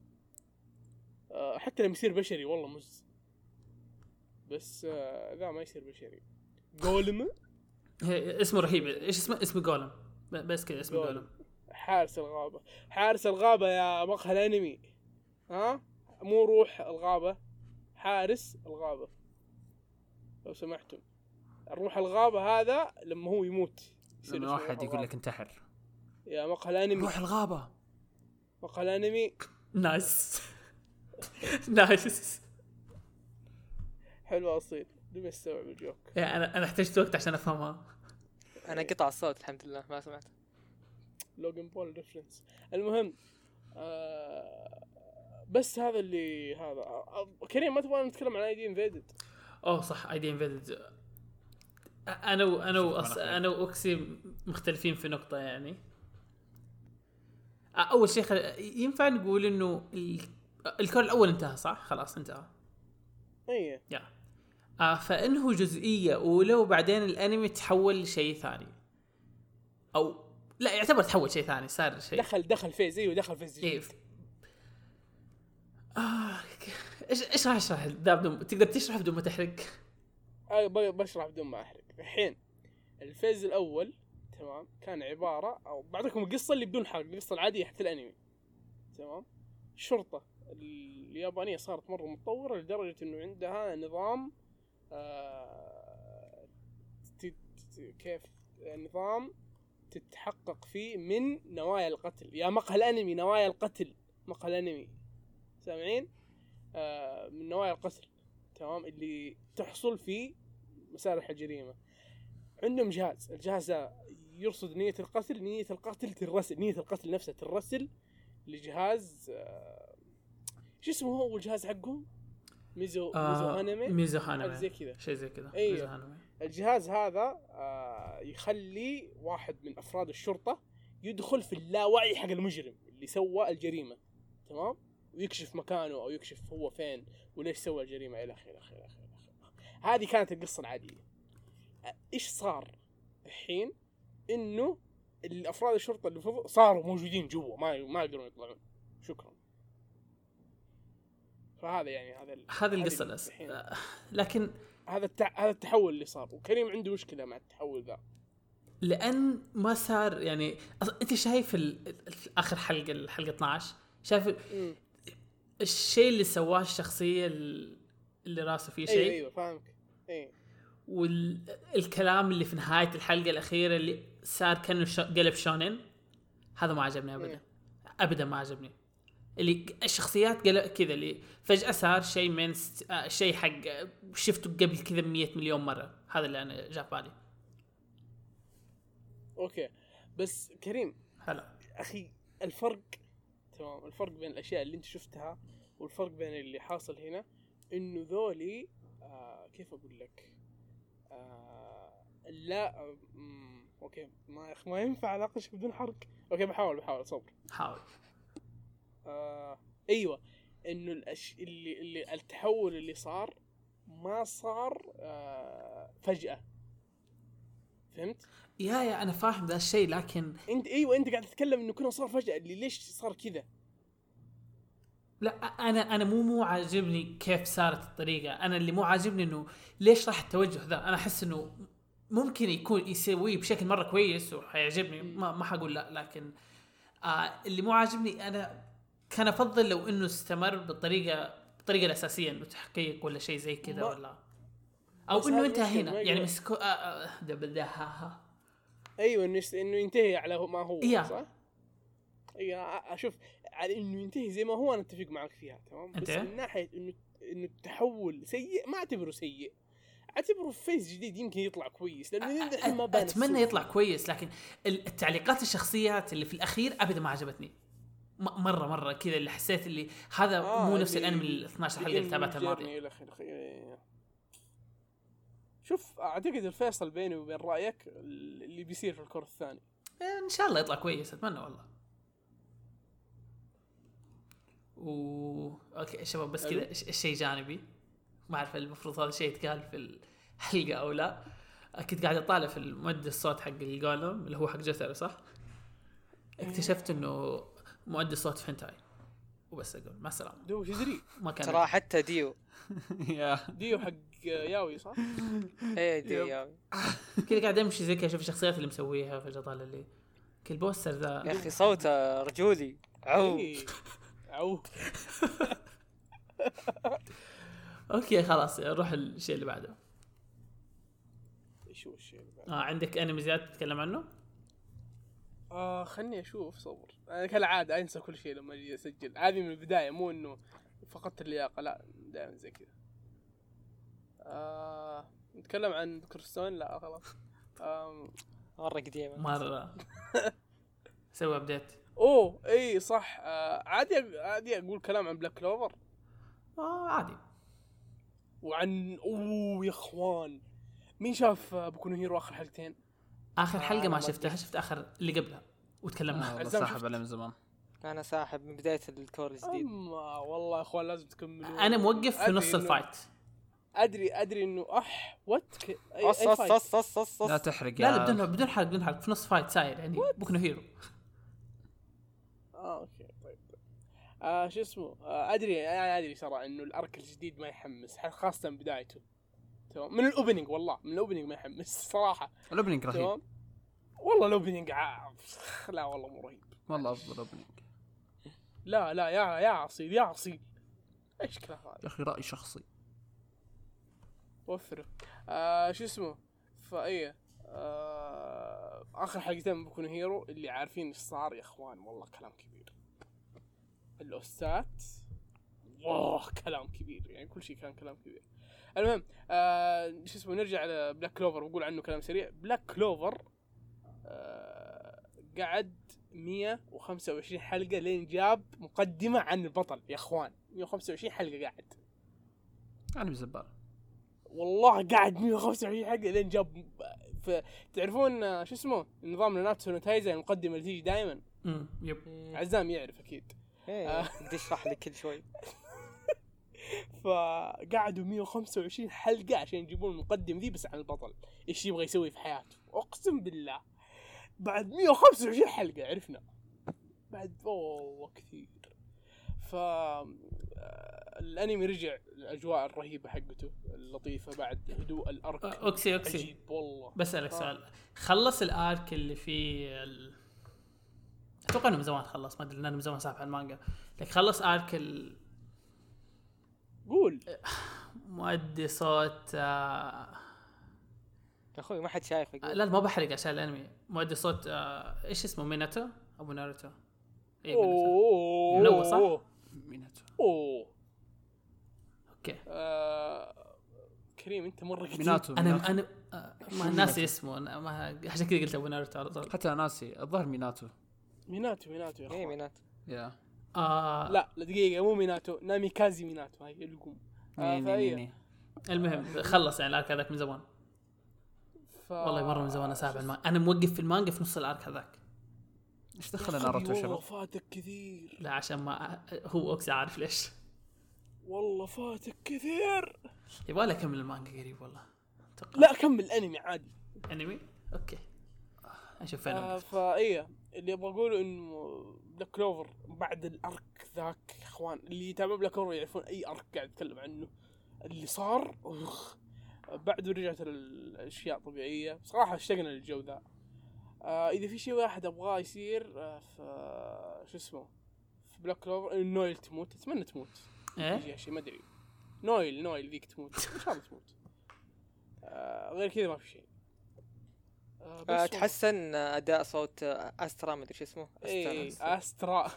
حتى لما يصير بشري والله مز. بس لا ما يصير بشري. جولم اسمه رهيب. ايش اسمه جولم بس كذا اسمه جولم. حارس الغابة يا مقهى الانمي. مو روح الغابة، حارس الغابة لو سمحتم. الروح الغابة هذا لما هو يموت لما واحد يقول لك انتحر يا مقهى الانمي. روح الغابة مقهى الانمي. نايس حلوة أصيل لما استوعب الجوك. انا احتجت وقت عشان افهمها. انا قطع الصوت الحمد لله ما سمعت. لوجن بول ريفرنس. المهم بس هذا اللي هذا كريم ما تبغى نتكلم عن اي دي انفيدد؟ صح اي دي انفيدد. انا واوكسي مختلفين في نقطة يعني. اول شيء ينفع نقول انه الكون الاول انتهى صح؟ خلاص انتهى. ايه فانه جزئية ولو بعدين الانمي تحول لشيء ثاني او لا يعتبر تحول شيء ثاني صار شيء دخل فيز. ودخل فيز جديد. ايش راح اشرح ذا بدون تقدر تشرح بدون ما تحرق؟ بشرح بدون ما احرق. الحين الفيز الاول تمام كان عباره او بعطيكم القصه اللي بدون حرق، القصه العاديه حق الانمي تمام. الشرطه اليابانيه صارت مره متطوره لدرجه انه عندها نظام كيف نظام تتحقق فيه من نوايا القتل. يا مقهى الانمي نوايا القتل، مقهى الانمي سامعين؟ من نوايا القتل تمام اللي تحصل في مسارح الجريمه. عندهم جهاز، الجهاز يرصد نية القتل ترسل، نية القتل نفسها ترسل لجهاز شو اسمه هو الجهاز حقهم؟ ميزو هانمي زي كذا، شيء زي كذا. ميزو هانمي. الجهاز هذا يخلي واحد من افراد الشرطه يدخل في اللاوعي حق المجرم اللي سوى الجريمه تمام، ويكشف مكانه او يكشف هو فين وليش سوى الجريمه الى اخره. هذه كانت القصه العاديه. ايش صار الحين؟ انه الافراد الشرطه اللي فوق صاروا موجودين جوا، ما يقدرون يطلعون. شكرا. فهذا يعني هذا القصه لكن هذا التحول اللي صار، وكريم عنده مشكله مع التحول ذا لان ما صار يعني انت شايف اخر حلقه الحلقه 12 شايف الشيء اللي سواه الشخصيه اللي راسه فيه شيء. ايوه فاهمك. والكلام اللي في نهايه الحلقه الاخيره اللي صار كانه قلب شونين، هذا ما عجبني ابدا ما عجبني. اللي الشخصيات كذا اللي فجاه صار شيء من شيء حق شفته قبل كذا 100 مليون مره. هذا اللي انا جاء بالي. اوكي بس كريم هلا اخي الفرق تمام، الفرق بين الاشياء اللي انت شفتها والفرق بين اللي حاصل هنا انه ذولي كيف اقول لك لا اوكي ما ينفع اناقش بدون حرق. اوكي بحاول صبر حاول. ايوه انه اللي التحول اللي صار ما صار فجأة. فهمت؟ يا انا فاهم ذا الشيء، لكن انت قاعد تتكلم انه كله صار فجأة. اللي ليش صار كذا؟ لا انا مو عاجبني كيف صارت الطريقه. انا اللي مو عاجبني انه ليش راح التوجه ذا. انا احس انه ممكن يكون يسويه بشكل مره كويس وحيعجبني، ما حقول لا، لكن اللي مو عاجبني انا كان افضل لو انه استمر بالطريقه الاساسيه، انه تحقيق ولا شيء زي كذا ولا او انه انتهى هنا يعني مسكو ايوه انه ينتهي على ما هو صح. ايوه اشوف على انه ينتهي زي ما هو انا اتفق معك فيها تمام، بس من ناحيه انه التحول سيء ما اعتبره سيء، اعتبره فيز جديد يمكن يطلع كويس لانه الحين ما بان. اتمنى يطلع كويس، لكن التعليقات الشخصيات اللي في الاخير ابدا ما عجبتني مره كذا. اللي حسيت اللي هذا مو نفس الانمي ال 12 حلقه اللي تابعتها الماضيه. شوف اعتقد الفيصل بيني وبين رايك اللي بيصير في الكور الثاني ان شاء الله يطلع كويس، اتمنى والله. اوكي شباب بس كذا الشيء جانبي، ما اعرف المفروض هذا الشيء يتقال في الحلقه او لا. كنت قاعد اطالع في المؤدي الصوت حق الجولم اللي هو حق جوتر صح، اكتشفت انه مؤدي صوت فينتاي وبس. اقول مع السلامه. دو تدري ما كان ترى حتى ديو ديو حق ياوي صح. ايه ديو ياوي كذا قاعد امشي زي كذا اشوف الشخصيات اللي مسويها فجاه طالع لي كل بوستر ذا يا اخي صوته رجولي عو اوكي خلاص نروح الشيء اللي بعده. شو الشيء اللي بعده؟ عندك انمي زيادة تتكلم عنه؟ خلني اشوف. صبر انا كالعاده انسى كل شيء لما اجي اسجل. هذه من البدايه، مو انه فقدت اللياقه، لا دائما زي كذا. نتكلم عن كريستون. لا خلاص مره قديمه مره سوى ابديت. اي صح. عادي اقول كلام عن بلاك كلوفر. عادي. وعن يا اخوان مين شاف بوكو نو هيرو اخر حلقتين؟ اخر حلقه ما شفتها، شفت اخر اللي قبلها وتكلمنا. ساحب على من زمان. انا ساحب من بدايه الكور الجديد. والله يا اخوان لازم تكملوا. انا موقف في نص الفايت. ادري انه وات لا تحرق. لا بدون حرق في نص فايت ساير يعني بوكو نو هيرو. اوكي طيب. شو اسمه ادري صراحه انه الارك الجديد ما يحمس خاصه بدايته. تمام من الاوبننج، والله من الاوبننج ما يحمس صراحه. الاوبننج رهيب والله. الاوبننج لا والله مو رهيب والله. افضل اوبننج. لا يا اصيل ايش كلام هذا يا اخي راي شخصي وفره. شو اسمه فايه اخر حلقتين بكون هيرو اللي عارفين ايش صار يا اخوان. والله كلام كبير الاوستات، كلام كبير يعني كل شيء كان كلام كبير. المهم شو اسمه نرجع على بلاك كلوفر وقول عنه كلام سريع. بلاك كلوفر قعد 125 حلقة لين جاب مقدمة عن البطل يا اخوان. 125 حلقة قاعد، انا بزبال والله قاعد 125 حلقة لين جاب تعرفون شو اسمه نظام ناتسو نو تايزن المقدمة اللي تيجي دائما. يب عزام يعرف اكيد. بدي اشرح لك كل شوي. فقعدوا 125 حلقة عشان يجيبون المقدم ذي بس عن البطل ايش يبغى يسوي في حياته. اقسم بالله بعد 125 حلقة عرفنا بعد كثير. الانمي رجع الاجواء الرهيبة حقته اللطيفة بعد هدوء الارك. اوكسي عجيب والله. بسألك سؤال، خلص الارك اللي فيه اتوقع انه من زمان خلص، ما ادري لانه من زمان سابح المانجا، لكن خلص ارك قول مؤدي صوت اخوي ما حد شايف لا ما بحرق عشان الانمي. مؤدي صوت ايش اسمه ميناتو ابو ناروتو. منو صح ميناتو. اوكي كريم انت مره قديم. ميناتو. انا ما ناسي اسمه، انا ما عشان كذا قلت ابو ناروتو على طول. حتى ناسي الظاهر ميناتو يا اخوان. ميناتو يا لا دقيقه مو ميناتو، ناميكازي ميناتو هاي القوم. المهم خلص يعني الارك هذاك من زمان. والله مره من زمان اسابع المانجا، انا موقف في المانجا في نص الارك هذاك. ايش دخل ناروتو شباب؟ والله فاتك كثير. لا عشان ما هو اوكسي عارف ليش. والله فاتك كثير. يبغى لي اكمل المانجا قريب والله. لا كمل انمي عادي. انمي اوكي اشوف فين. فايه اللي ابغى اقوله انه بلاك كلوفر بعد الارك ذاك يا اخوان اللي يتابع بلاك كلوفر يعرفون اي ارك قاعد اتكلم عنه اللي صار. بعده رجعت الاشياء طبيعيه صراحه. اشتقنا للجو ذا. اذا في شيء واحد ابغاه يصير في شو اسمه في بلاك كلوفر انه نويل تموت. اتمنى تموت. ايه شيء ما ادري. نويل ذيك تموت ان شاء الله تموت. غير كذا ما في شيء. تحسن اداء صوت استرا ما ادري شو اسمه. استرا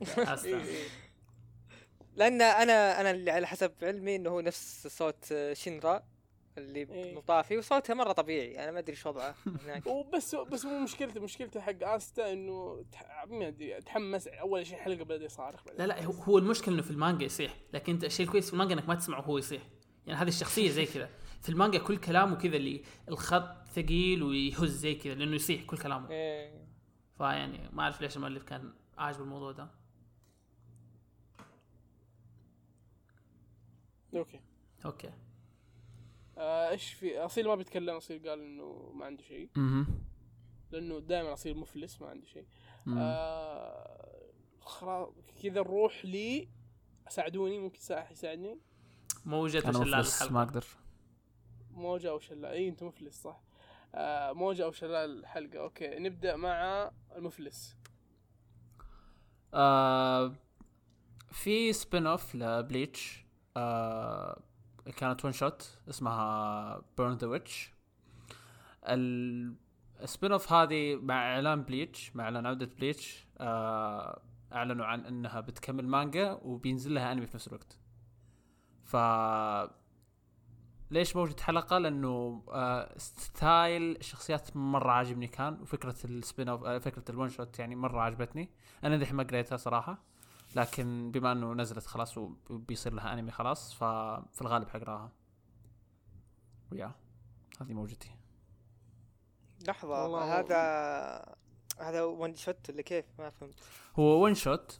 لان انا اللي على حسب علمي انه هو نفس صوت شينرا اللي مطافي وصوتها مره طبيعي. انا ما ادري شو وضعه هناك. بس مو مشكلته حق استا انه ما ادري اتحمس اول شيء حلقه بدا يصارخ. لا هو المشكله انه في المانجا يصيح، لكن انت الشيء الكويس في المانجا انك ما تسمعه وهو يصيح. يعني هذه الشخصيه زي كذا في المانجا كل كلامه كذا اللي الخط ثقيل ويهز زي كذا لانه يصيح كل كلامه. فيعني ما اعرف ليش المؤلف كان عاجب الموضوع ده. اوكي ايش في اصيل ما بيتكلم. اصيل قال انه ما عنده شيء لانه دائما اصيل مفلس ما عنده شيء. خلاص كذا نروح لي ساعدوني. ممكن يساعدني موجة وشلال الحلقة. ما اقدر. موجة او شلال. اي انت مفلس صح. موجة او شلال الحلقة. اوكي نبدأ مع المفلس. في سبين اوف لبليتش كانت ون شوت اسمها بيرن ذا ويتش. السبين اوف هذه مع اعلان بليتش، مع اعلان عودة بليتش اعلنوا عن انها بتكمل مانجا وبينزل لها انمي في نفس الوقت. ف ليش موجود حلقة؟ لانه ستايل الشخصيات مرة عاجبني كان، وفكرة السبين اوف فكرة الون شوت يعني مرة عجبتني. انا ذي ما قريتها صراحة، لكن بما انه نزلت خلاص وبيصير لها انمي خلاص ففي الغالب حقراها. ويا هذه موجتي. لحظة هذا ون شوت اللي كيف ما فهمت. هو ون شوت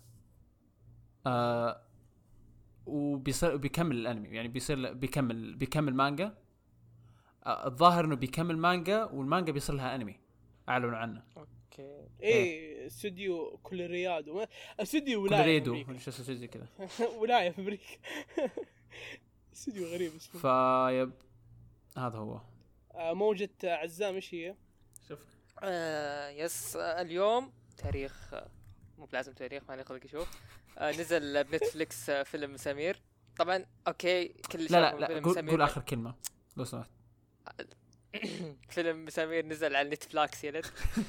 وبيصير بيكمل الانمي يعني بيكمل مانجا. الظاهر انه بيكمل مانجا والمانجا بيصير لها انمي. اعلنوا عنه. اوكي ايه استوديو كل رياض استوديو كل ولايه ريدو ولا شو اسمه زي كذا. ولايه في امريكا. استوديو غريب اسمه. فيب هذا هو. موجة عزام ايش هي؟ شوف يس اليوم تاريخ مو بلازم تاريخ ما نخلق اشوف نزل بنتفليكس فيلم مسامير. طبعا اوكي كل شيء لا قول اخر كلمه لو سمحت. فيلم مسامير نزل على نتفليكس يا لد.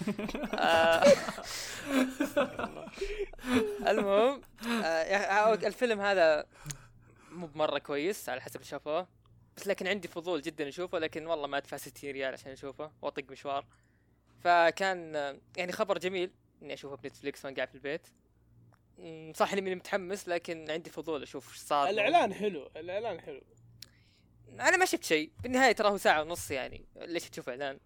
المهم الفيلم هذا مو بمره كويس على حسب اللي شافوه، بس لكن عندي فضول جدا اشوفه، لكن والله ما ادفع 60 ريال عشان اشوفه واطق مشوار. فكان يعني خبر جميل اني اشوفه بنتفليكس وانا قاعد في البيت. صح اني ماني متحمس لكن عندي فضول اشوف ايش صار. الاعلان حلو انا ما شفت شيء بالنهايه، ترى هو ساعه ونص يعني ليش تشوف اعلان؟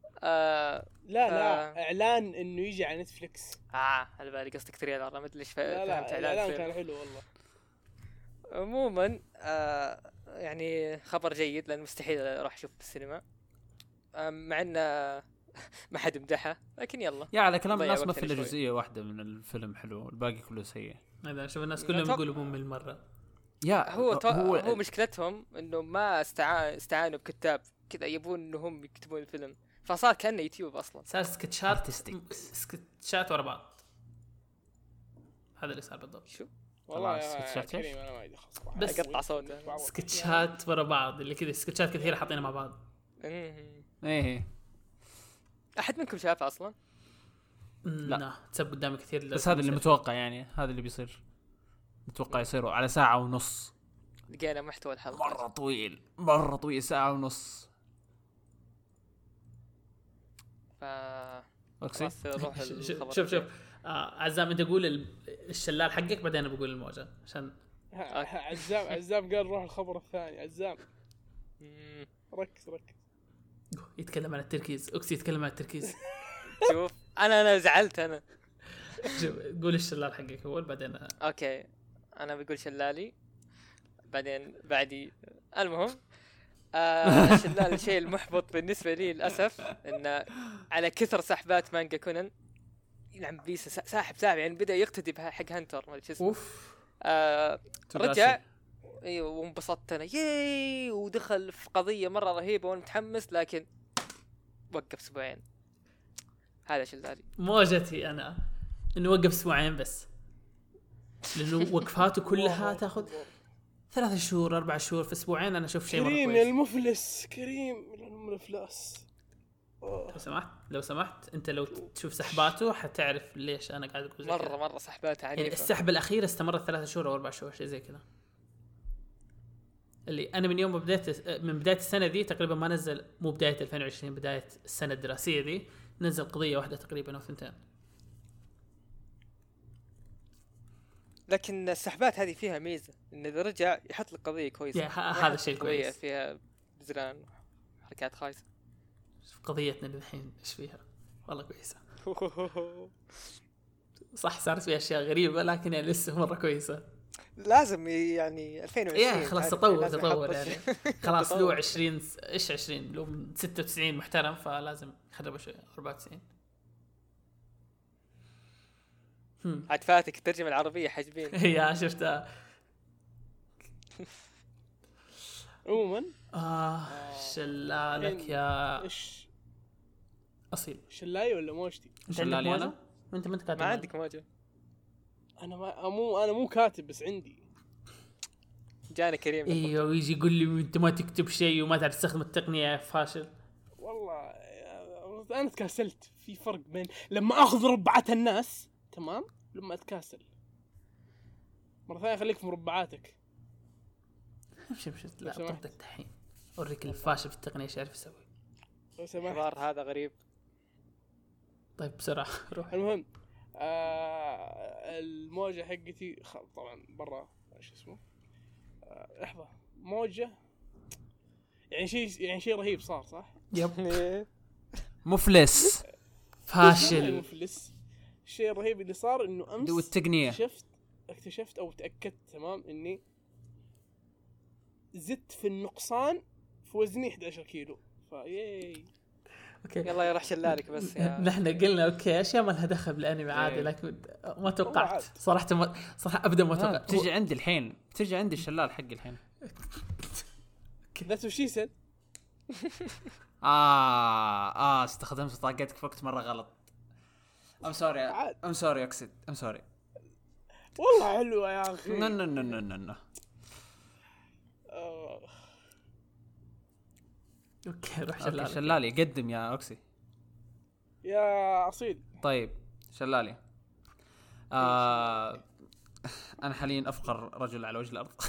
لا اعلان انه يجي على نتفليكس. على بالي قصدك تريلر، ما ادري ليش فهمت اعلان كان حلو والله. عموما يعني خبر جيد لان مستحيل اروح اشوف بالسينما، مع انه ما حد مدحه، لكن يلا يا على كلام الناس ما في الا جزئيه واحده من الفيلم حلو، الباقي كله سيء. هذا شوف الناس كلهم يقولوا ممل مره. يا هو مشكلتهم انه ما استعانوا بكتاب كذا يبون انهم يكتبون الفيلم، فصار كأنه يوتيوب اصلا، صار سكتشات ورا بعض. هذا اللي صار بالضبط. شو والله يا كريم انا ما ادري خلاص بس اقطع صوت سكتشات ورا بعض اللي كذا سكتشات كثيره حاطينها مع بعض. ايه احد منكم شافه اصلا؟ لا تسب قدامي كثير، بس هذا اللي متوقع، يعني هذا اللي بيصير متوقع يصيروا على ساعة ونص. لقينا محتوى الحلقة مرة طويل 1.5 ساعة. شوف عزام انت قول الشلال حقك بعدين انا بقول الموجة عشان عزام قال روح الخبر الثاني. عزام ركز يتكلم عن التركيز. اوكسي يتكلم عن التركيز. شوف انا زعلت انا. قول الشلال حقك اول بعدين اوكي انا بقول شلالي بعدين بعدي. المهم الشلال الشيء المحبط بالنسبه لي للاسف انه على كثر سحبات مانجا كونان يلعب بيس ساحب يعني بدا يقتدي بحق هانتر ما ادري ايش اسمه. رجع ايوه وانبسطت انا ياي ودخل في قضيه مره رهيبه وانا متحمس، لكن وقف اسبوعين. هذا شلالي موجتي انا انه وقف اسبوعين بس، لانه وقفاته كلها تاخذ 3 شهور 4 شهور، في اسبوعين انا اشوف شيء مره كويس. كريم المفلس كريم المفلس. لو سمحت انت لو تشوف سحباته حتعرف ليش انا قاعد اقول مره سحباته عنيفه. يعني السحبه الاخيره استمرت 3 شهور او 4 شهور شيء زي كذا. اللي انا من يوم ما من بدايه السنه دي تقريبا ما نزل، مو بدايه 2020 بدايه السنه الدراسيه دي نزل قضيه واحده تقريبا او 2. لكن السحبات هذه فيها ميزه ان اذا رجع يحط لك قضيه كويسه. هذا الشيء كويس. فيها بزران حركات خايسه. قضيتنا الحين ايش فيها والله كويسه. صح صارت فيها اشياء غريبه لكن يعني لسه مره كويسه. لازم يعني 2020 يا خلاص تطور يعني خلاص له 20 ايش 20 له 96 محترم، فلازم يخرب شوي 94. عاد فاتك الترجمه العربيه حجبين. يا شفتها. عموما شلالك يا ايش اصيل. شلاي ولا موجتي؟ شلالي انا انت ما كاتب. ما عندك موجه. انا مو كاتب بس عندي. جانا كريم ايوه ويجي يقول لي انت ما تكتب شيء وما تعرف تستخدم التقنيه فاشل. والله انا تكاسلت. في فرق بين لما اخذ ربعات الناس تمام لما اتكاسل. مره ثانيه خليك في مربعاتك. لا طبتك الحين اوريك الفاشل في التقنيه ايش يعرف يسوي. حوار هذا غريب. طيب بسرعه روح. المهم الموجه حقتي طبعا برا ايش اسمه لحظه موجه يعني شيء رهيب صار صح. يب مفلس فاشل. مفلس. الشيء الرهيب اللي صار انه امس والتقنيه اكتشفت او تاكدت تمام اني زدت في النقصان في وزني 11 كيلو. فياي اوكي يلا يروح شلالك بس يا نحن قلنا اوكي اشياء ما لها دخل بالانمي عادي، لكن ما توقعت صراحه صراحه ابدا ما توقعت. تجي عندي الحين، تجي عندي الشلال حقي الحين. ذاتس وات شي سيد. استخدمت طاقتك في وقت مره غلط. ام سوري اكسد ام سوري. والله حلوه يا اخي. نو اوكي روح شلالي قدم يا اوكسي يا اصيل. طيب شلالي انا حاليا افقر رجل على وجه الارض.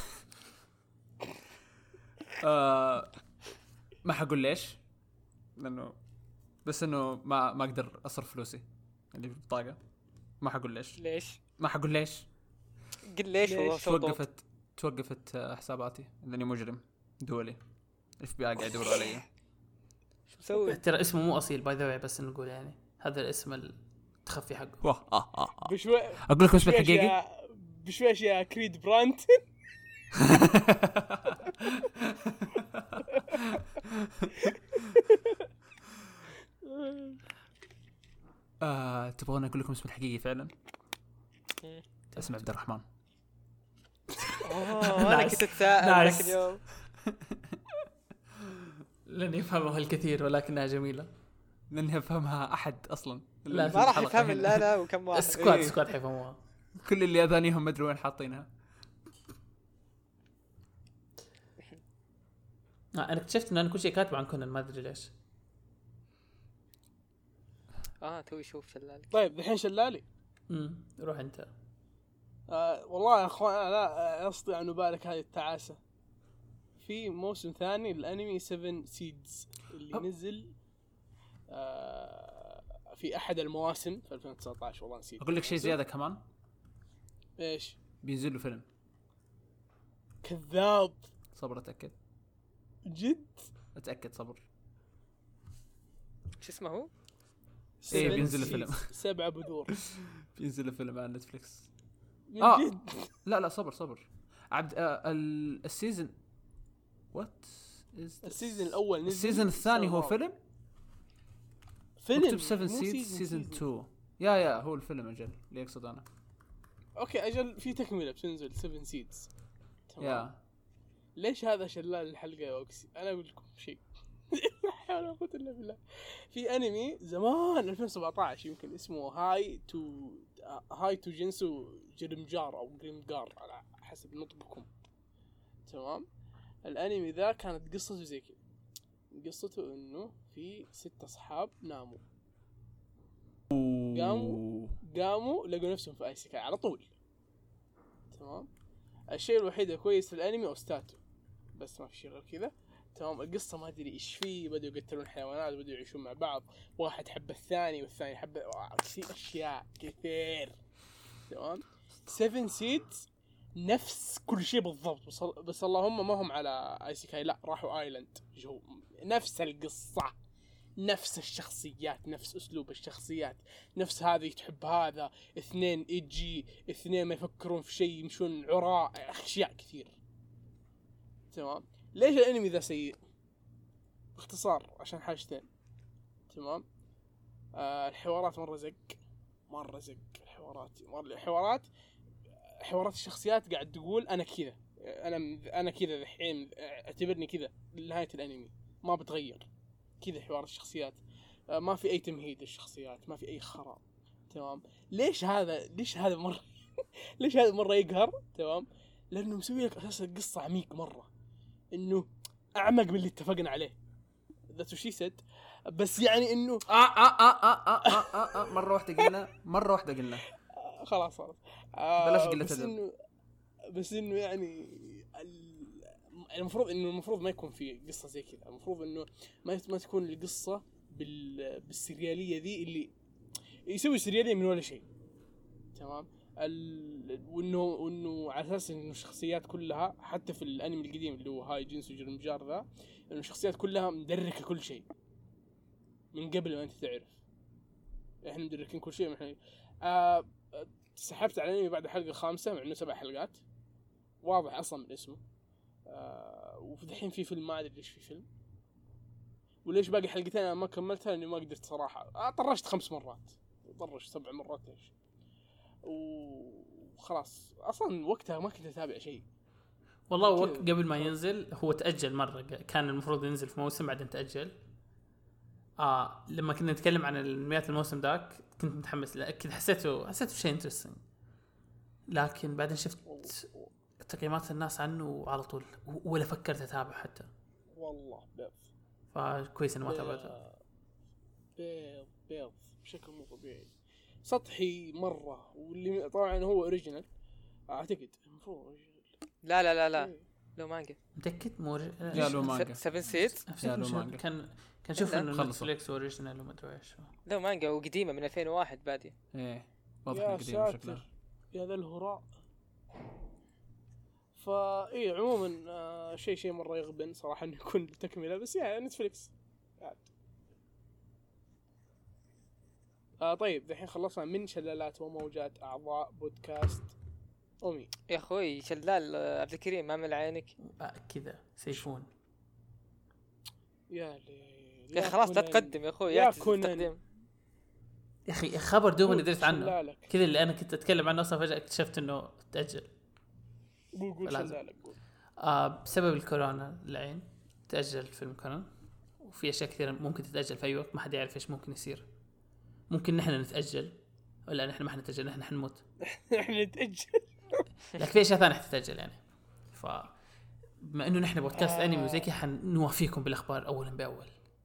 ما حقول ليش، لانه بس انه ما اقدر اصرف فلوسي اللي في البطاقه. ما حقول ليش ما حقول ليش. قل ليش هو توقفت حساباتي لاني مجرم دولي. اف بي اي قاعد يدور علي. شو مسوي؟ ترى اسمه مو اصيل باي ذا واي، بس نقول يعني هذا الاسم التخفي حقه. بشوي اقول لكم اسم الحقيقي بشويش يا كريد برانت. تبغون اقول لكم اسم الحقيقي فعلا؟ اسم عبد الرحمن. انا كنت اتساءل ذاك اليوم لن يفهمها الكثير ولكنها جميله. لن يفهمها احد اصلا. ما راح يفهم الا انا وكم واحد. سكواد حيفهموها. كل اللي اذانيهم ما ادري وين حاطينها. انا اكتشفت ان انا كل شيء كاتبه عن كونان، ما ادري ليش. توي شوف شلالي. طيب الحين شلالي. روح انت. والله يا اخوان انا لا استطيع ان ابارك هذه التعاسه. في موسم ثاني للانمي 7 سيدز اللي نزل في احد المواسم في 2019. والله نسيت. اقول لك شيء زياده كمان. ايش؟ بينزل له فيلم. كذاب. صبر اتاكد. جد اتاكد صبر. شو اسمه هو؟ بينزل له فيلم 7 بذور. بينزل له فيلم على نتفليكس. جد. لا صبر عبد السيزن وات السيزن الاول نزل. السيزن الثاني هو فيلم مكتوب 7 سيزن 2. يا هو الفيلم اجل اللي يقصد انا. اوكي اجل في تكمله بتنزل 7 سيدز. يا ليش هذا شلال الحلقه يا اوكسي؟ انا اقول لكم شيء. لا حول ولا قوه الا بالله. في انمي زمان 2017 يمكن اسمه هاي تو جينسو جرمجار او جريمجار على حسب نطقكم. تمام. الانمي ذا كانت قصته زي كذا. قصته انه في 6 اصحاب ناموا، قاموا لقوا نفسهم في ايسيكاي على طول. تمام. الشيء الوحيد الكويس في الانمي اوستاتو، بس ما في شيء غير كذا. تمام. القصه ما ادري ايش فيه، بدوا يقتلون حيوانات، بدوا يعيشون مع بعض، واحد حب الثاني والثاني حب اشياء كثير. تمام. 7 سيدز نفس كل شيء بالضبط، بس اللهم ما هم على ايسيكاي، لا راحوا ايلاند. نفس القصه، نفس الشخصيات، نفس اسلوب الشخصيات، نفس هذه تحب هذا، 2 ايجي، 2 ما يفكرون في شيء، يمشون عراء، اشياء كثير. تمام. ليش الانمي ذا سيء؟ باختصار عشان حاجتين. تمام. الحوارات مره زق حوارات الشخصيات قاعد تقول انا كذا، انا كذا الحين اعتبرني كذا لنهايه الانمي، ما بتغير كذا. حوار الشخصيات ما في اي تمهيد للشخصيات، ما في اي خراب. تمام. ليش هذا مره ليش هذا مره يقهر؟ تمام. لانه مسوي لك اساس القصه عميق مره، انه اعمق من اللي اتفقنا عليه. ذاتس شي سيد. بس يعني انه مره واحده قلنا خلاص بلاش قله بس انه يعني المفروض ما يكون في قصه زي كذا. المفروض انه ما تكون القصه بالسرياليه ذي اللي يسوي سرياليه من ولا شيء. تمام. وانه على اساس انه الشخصيات كلها حتى في الانمي القديم اللي هو هاي جينسو جرمجار ذا، انه الشخصيات كلها مدركه كل شيء من قبل ما انت تعرف. احنا مدركين كل شيء. احنا سحبت على الانمي بعد الحلقه 5 مع انه 7 حلقات، واضح اصلا من اسمه. وفي الحين في فيلم، ما ادري ليش في فيلم. وليش باقي حلقتين انا ما كملتها لاني ما قدرت صراحه. طرشت 5 مرات، طرشت 7 مرات ايش، وخلاص اصلا وقتها ما كنت اتابع شيء والله. قبل ما ينزل هو تأجل مرة، كان المفروض ينزل في موسم بعدين تأجل. لما كنا نتكلم عن المئات الموسم ذاك كنت متحمس، لكن حسيته شيء انترستنج، لكن بعدين شفت تقييمات الناس عنه وعلى طول ولا فكرت اتابع حتى والله. بيض فكويس اني ما تابعته. بيض بشكل مو طبيعي، سطحي مرة. واللي طبعا هو اوريجينال اعتقد، المفروض اوريجينال. لا لو مانجا متأكد مو لو مانجا 7 سيت كان شوف انه نتفليكس اوريجينال وما ادري ايش. لو مانجا وقديمه من 2001 بادي. ايه واضح يا قديم شكله. يا ذا الهراء. فايه عموما شيء مرة يغبن صراحة انه يكون تكملة، بس يعني نتفليكس طيب دحين خلصنا من شلالات وموجات اعضاء بودكاست أمي. يا اخوي شلال عبد الكريم ما من عينك كذا سيفون. يا خلاص لا تقدم يا اخوي، يا تقدم يا اخي. خبر دوبني درت عنه كذا اللي انا كنت اتكلم عنه اصلا، فجأة اكتشفت انه تأجل. قول شلالك. بسبب الكورونا العين تأجل فيلم كونان، وفي اشياء كثيرة ممكن تتأجل في اي وقت، ما حد يعرف ايش ممكن يصير. ممكن نحن نتأجل، ولا نحن ما حنتأجل، نحن حنموت. احنا نتأجل لكن في اشياء ثانية تتأجل يعني. بما انه نحن بودكاست انمي وزي كذا حنوافيكم بالاخبار اولا باول.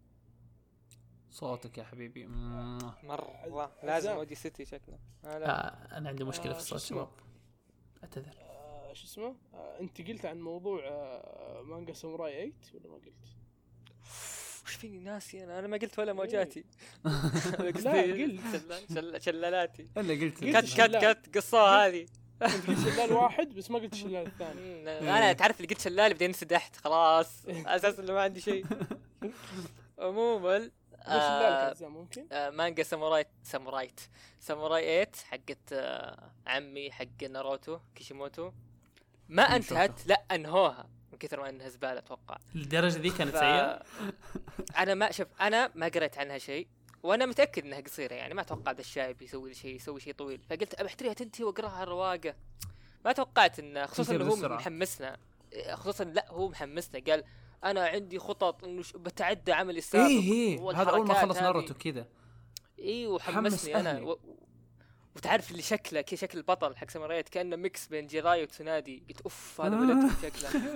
صوتك يا حبيبي مرة لازم اودي سيتي شكله. انا عندي مشكلة في الصوت شباب، اعتذر. شو اسمه انت قلت عن موضوع مانجا ساموراي 8 ولا ما قلت؟ وش فيني ناسي انا ما قلت ولا موجاتي. لا قلت شلالاتي. الا قلت كت قصة هذه. انت قلت شلال واحد بس ما قلت شلال الثاني. انا تعرف اللي قلت شلال بعدين انسدحت خلاص اساس انه ما عندي شيء. عموما شلالك ممكن مانجا ساموراي 8 حقت عمي حق ناروتو كيشيموتو ما انتهت، لا انهوها من كثر ما انها زبالة اتوقع. الدرجة دي كانت سيئة. انا ما قريت عنها شيء، وانا متاكد انها قصيره يعني، ما توقعت الشايب يسوي شيء طويل، فقلت ابحتريها تنتهي واقراها رواقه. ما توقعت ان خصوصا انه هو محمسنا، خصوصا لا هو محمسنا قال انا عندي خطط انه بتعدى عملي السابق. هذا اول ما خلص ناروتو كذا. وحمسني انا وتعرف اللي شكله شكل البطل حق سامورايات كانه ميكس بين جيراي وتسونادي. قلت اوف هذا بلد شكله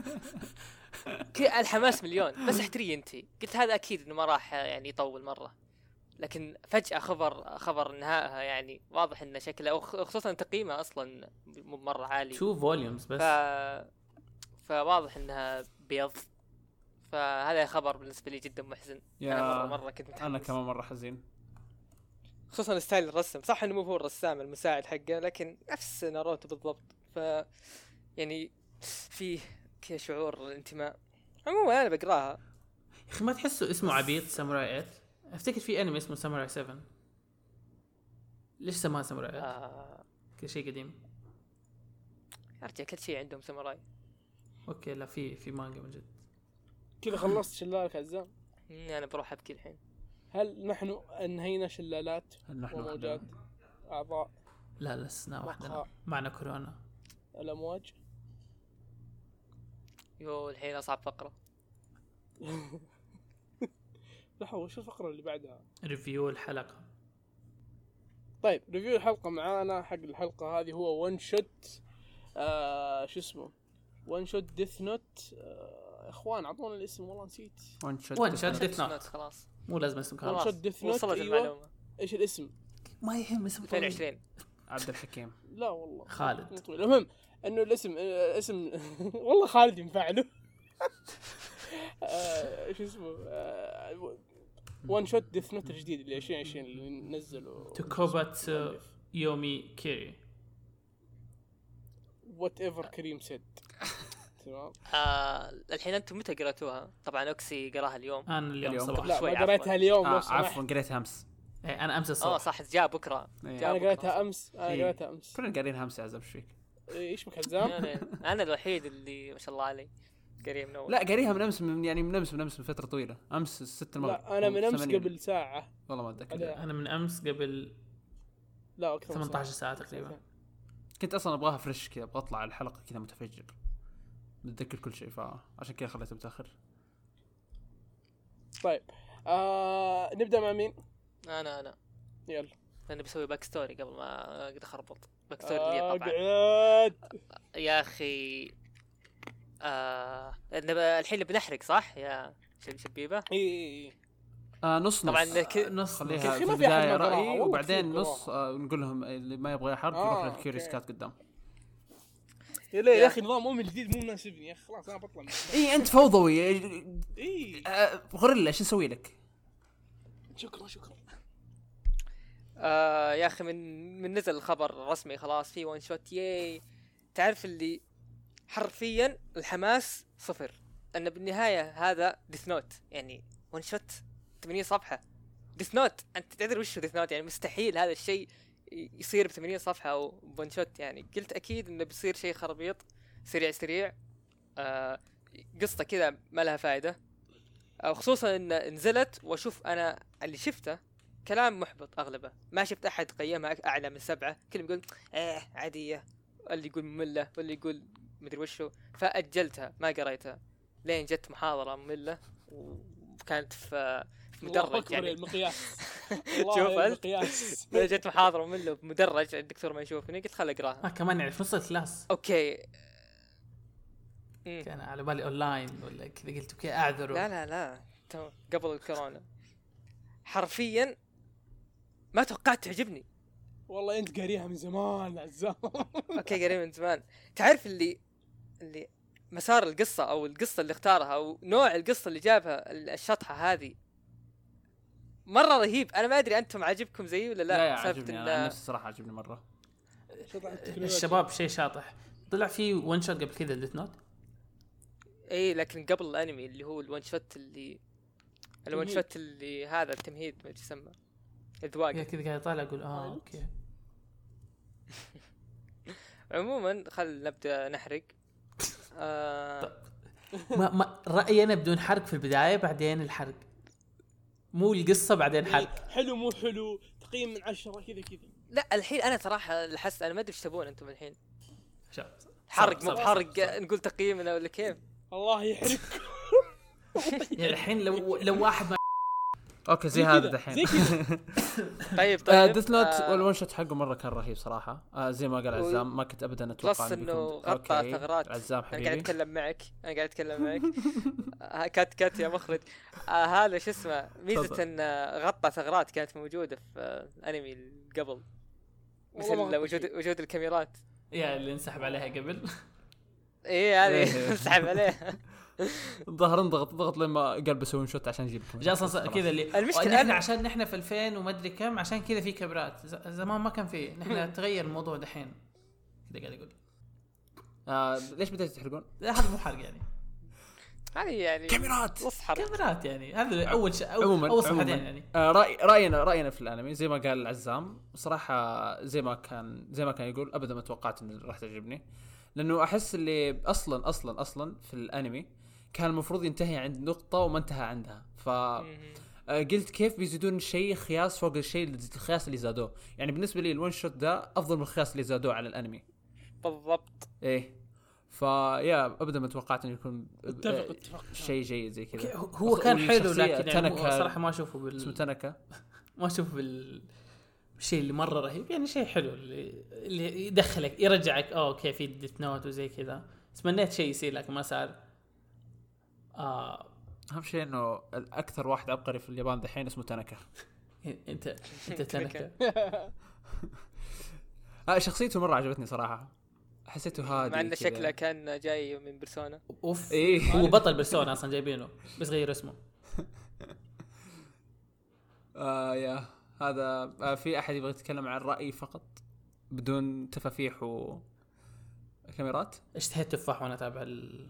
كي الحماس مليون. بس احتري انتي، قلت هذا اكيد انه ما راح يعني يطول مره، لكن فجأة خبر انهائها يعني واضح انه شكله خصوصا تقييمه اصلا مو مرة عالي 2 فوليومز بس، فواضح انها بيض. فهذا خبر بالنسبة لي جدا محزن. انا مرة كنت متحمس. انا كمان مرة حزين، خصوصا ستايل الرسم. صح انه مو هو الرسام المساعد حقه، لكن نفس ناروتو بالضبط. يعني فيه كذا شعور الانتماء. عموما انا بقراها. يا اخي ما تحسوا اسمه عبيط ساموراي 8؟ افتكر في انمي اسمه ساموراي 7، ليش سماه ساموراي 8؟ كل شيء قديم. ارجع كل شيء عندهم ساموراي. اوكي لا في مانجا من جد. كذا خلصت شلالك عزام؟ انا بروح ابكي الحين. هل نحن انهينا شلالات وموجات اعضاء؟ لا لسنا وحدنا، معنا كورونا. الامواج الحين اصعب فقرة. لحظة وش الفقرة اللي بعدها؟ ريفيو الحلقة. طيب ريفيو الحلقة معانا. حق الحلقة هذه هو وان شوت شو اسمه وان شوت ديث نوت. اخوان اعطونا الاسم والله نسيت. وان شوت ديث نوت خلاص مو لازم اسم وان شوت ديث نوت. وصلت المعلومة. ايش الاسم؟ ما يهم اسم 2020 عبد الحكيم. لا والله خالد. المهم انه الاسم اسم والله خالد ينفع له. ايش اسمه وان شوت ديث نوت الجديد اللي 2020 اللي نزلوا توكوباتسو يومي كيري وات ايفر كريم سيد. تمام. الحين انتم متى قرأتوها؟ طبعا اوكسي قراها اليوم. انا اليوم صباح. لا ما قريتها اليوم. عفوا قريتها امس. انا امس الصبح. صح جاء بكره. انا قريتها امس. كلنا قارين امس. عزب ايش فيك؟ ايش بك حزام؟ انا الوحيد اللي ما شاء الله علي قاريها من اول؟ لا قاريها من امس، من فتره طويله، امس 6 المغرب. لا انا من امس قبل ساعه والله ما اتذكر. انا من امس قبل لا اكثر 18 ساعه تقريبا. كنت اصلا ابغاها فريش كذا، ابغى اطلع الحلقه كذا متفجر متذكر كل شيء، فعشان كذا خليته متاخر. طيب نبدا مع مين؟ انا يلا. انا بسوي باك ستوري قبل ما اقدر اخربط باك ستوري لي طبعا. يا اخي الحين بنحرق صح يا شبيبه؟ اي نص طبعا نص خليها في البدايه رأيي، وبعدين نص نقول لهم اللي ما يبغى يحرق يروح للكيوريوس كات قدام. يا اخي نظام امي الجديد مو مناسبني يا اخي، خلاص انا بطلع. اي انت فوضوي. اي غوريلا ايش نسوي لك؟ شكرا يا اخي من نزل الخبر رسمي خلاص في وان شوت. ياي تعرف اللي حرفيا الحماس صفر، ان بالنهايه هذا ديث نوت يعني وان شوت 80 صفحه. ديث نوت انت تدري وش ديث نوت؟ يعني مستحيل هذا الشيء يصير ب80 صفحه او بون شوت. يعني قلت اكيد انه بيصير شيء خربيط سريع قصه كذا ما لها فائده، خصوصا ان نزلت واشوف انا اللي شفته كلام محبط اغلبه، ما شفت احد قيمها اعلى من 7. كلهم يقول عاديه، اللي يقول ممله واللي يقول مدري وشو. فاجلتها ما قريتها لين جت محاضره ممله وكانت في مدرج يعني المقياس. شوف المقياس جت محاضره ممله بمدرج الدكتور ما يشوفني، قلت خل اقراها. كمان يعني في نص الكلاس. اوكي كان على بالي اونلاين ولا كذا، قلت اوكي اعذره. لا قبل الكورونا حرفيا ما توقعت تعجبني. والله انت قاريها من زمان عزام. اوكي قاريها من زمان. تعرف اللي مسار القصه او القصه اللي اختارها او نوع القصه اللي جابها الشطحه هذه مره رهيب. انا ما ادري انتم عاجبكم زيي ولا لا. عجبني انا نفسي الصراحه، عجبني مره. الشباب شيء شاطح. طلع في وان شوت قبل كذا ديث نوت. اي لكن قبل الانمي اللي هو الوان شوت الوان شوت اللي هذا التمهيد ما يسمى اذواق كذا قاعد طالع اقول اوكي. عموما خل نبدا نحرق. ما رايي انا بدون حرق في البدايه، بعدين الحرق، مو القصه بعدين حرق. حلو مو حلو، تقييم من 10 كذا. لا الحين انا صراحه لحست انا ما ادري ايش تبون انتم الحين. حرق مو بحرق نقول تقييمنا ولا كيف؟ الله يحرق. يعني الحين لو واحد ما اوكي زي هذا دحين. طيب ديث نوت والون شوت حقه مره كان رهيب صراحه. زي ما قال عزام ما كنت ابدا اتوقع انه غطى ثغرات. عزام حبيبي انا قاعد اتكلم معك كات يا مخرج. هذا شو اسمه ميزه ان غطى ثغرات كانت موجوده في الانمي قبل، مثل وجود الكاميرات اللي انسحب عليها قبل. ايه هذه انسحب عليها. الظاهر ضغط لما قال بسوي شوت عشان يجيب اصلا كذا اللي المشكله عشان نحن في 2000 وما ادري كم، عشان كذا في كاميرات. زمان ما كان فيه، نحن تغير الموضوع دحين كذا قاعد يقول. ليش بدأت تحرقون؟ هذا مو حرق يعني، هذه يعني كاميرات يعني هذا اول شيء اول صفحتين يعني. راينا في الانمي زي ما قال عزام صراحه، زي ما كان يقول ابدا ما توقعت ان راح تعجبني، لانه احس اللي اصلا في الانمي كان المفروض ينتهي عند نقطه وما انتهى عندها. قلت كيف بيزيدون شيء خياس فوق الشيء الخياس اللي زادوه. يعني بالنسبه لي الون شوت ده افضل من الخياس اللي زادوه على الانمي بالضبط. ايه فيا ابدا ما توقعت انه يكون شيء جيد زي كذا. هو كان حلو لكن يعني صراحه ما اشوفه اسمه تنكا، ما اشوفه بالشيء اللي مره رهيب. يعني شيء حلو اللي يدخلك يرجعك اوكي في ديث نوت وزي كذا. تمنيت شيء يصير لكن ما صار. اهم شيء انه الاكثر واحد عبقري في اليابان دحين اسمه تنكا. انت تنكا. شخصيته مره عجبتني صراحه، حسيته هادي مع ان شكله كان جاي من بيرسونا. اوف إيه. هو بطل بيرسونا اصلا جايبينه بس غير اسمه. يا هذا في احد يبغى يتكلم عن الرأي فقط بدون تفافيح وكاميرات؟ اشتهيت تفاح وانا اتابع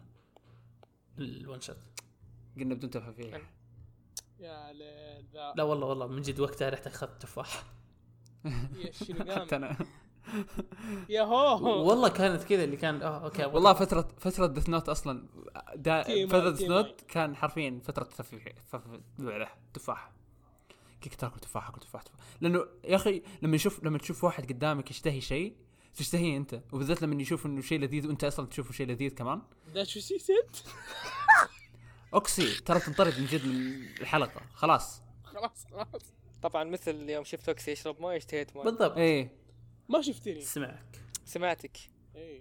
الون شوت. قلنا بدون تفافيح. يا لا والله من جد وقتها رحت اخذت تفاح. يا الشينغام. انا يا هو والله كانت كذا اللي كان اوكي والله فتره ديث نوت اصلا فتره ديث تي نوت كان حرفيا فتره تفاح كيف تاكل تفاح لانه يا اخي لما تشوف واحد قدامك يشتهي شيء تشتهيه انت، وبالذات لما يشوف انه شيء لذيذ وانت اصلا تشوفه شيء لذيذ كمان. ده شو سيت اوكسي ترى تنطرد من جد من الحلقه خلاص. طبعا مثل يوم شفت اوكسي يشرب مويه اشتهيت مويه بالضبط. ايه ما شفتني سمعتك ايه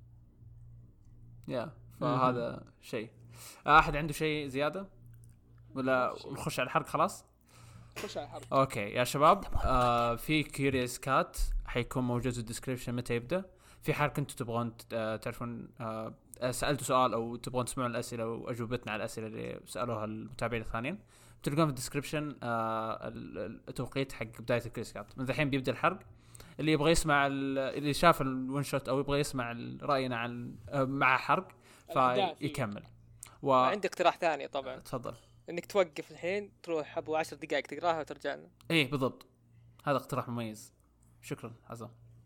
يا فهذا شيء. احد عنده شيء زياده ولا نخش على الحرق؟ خلاص خش على الحرب. اوكي يا شباب، في كيوريوس كات حيكون موجود في الديسكريبشن متى يبدا. في حال كنتوا تبغون تعرفون سالتوا سؤال او تبغون تسمعون الاسئله واجوبتنا على الاسئله اللي سالوها المتابعين الثانيين، تلقون في الديسكريبشن التوقيت حق بدايه الكيوريوس كات. من الحين بيبدا الحرق. اللي يبغى يسمع اللي شاف الون شوت او يبغى يسمع راينا عن مع حرق فيكمل. عندي اقتراح ثاني طبعا. تفضل. انك توقف الحين تروح ابو 10 دقائق تقراها وترجع لنا. ايه بالضبط، هذا اقتراح مميز. شكرا عزام.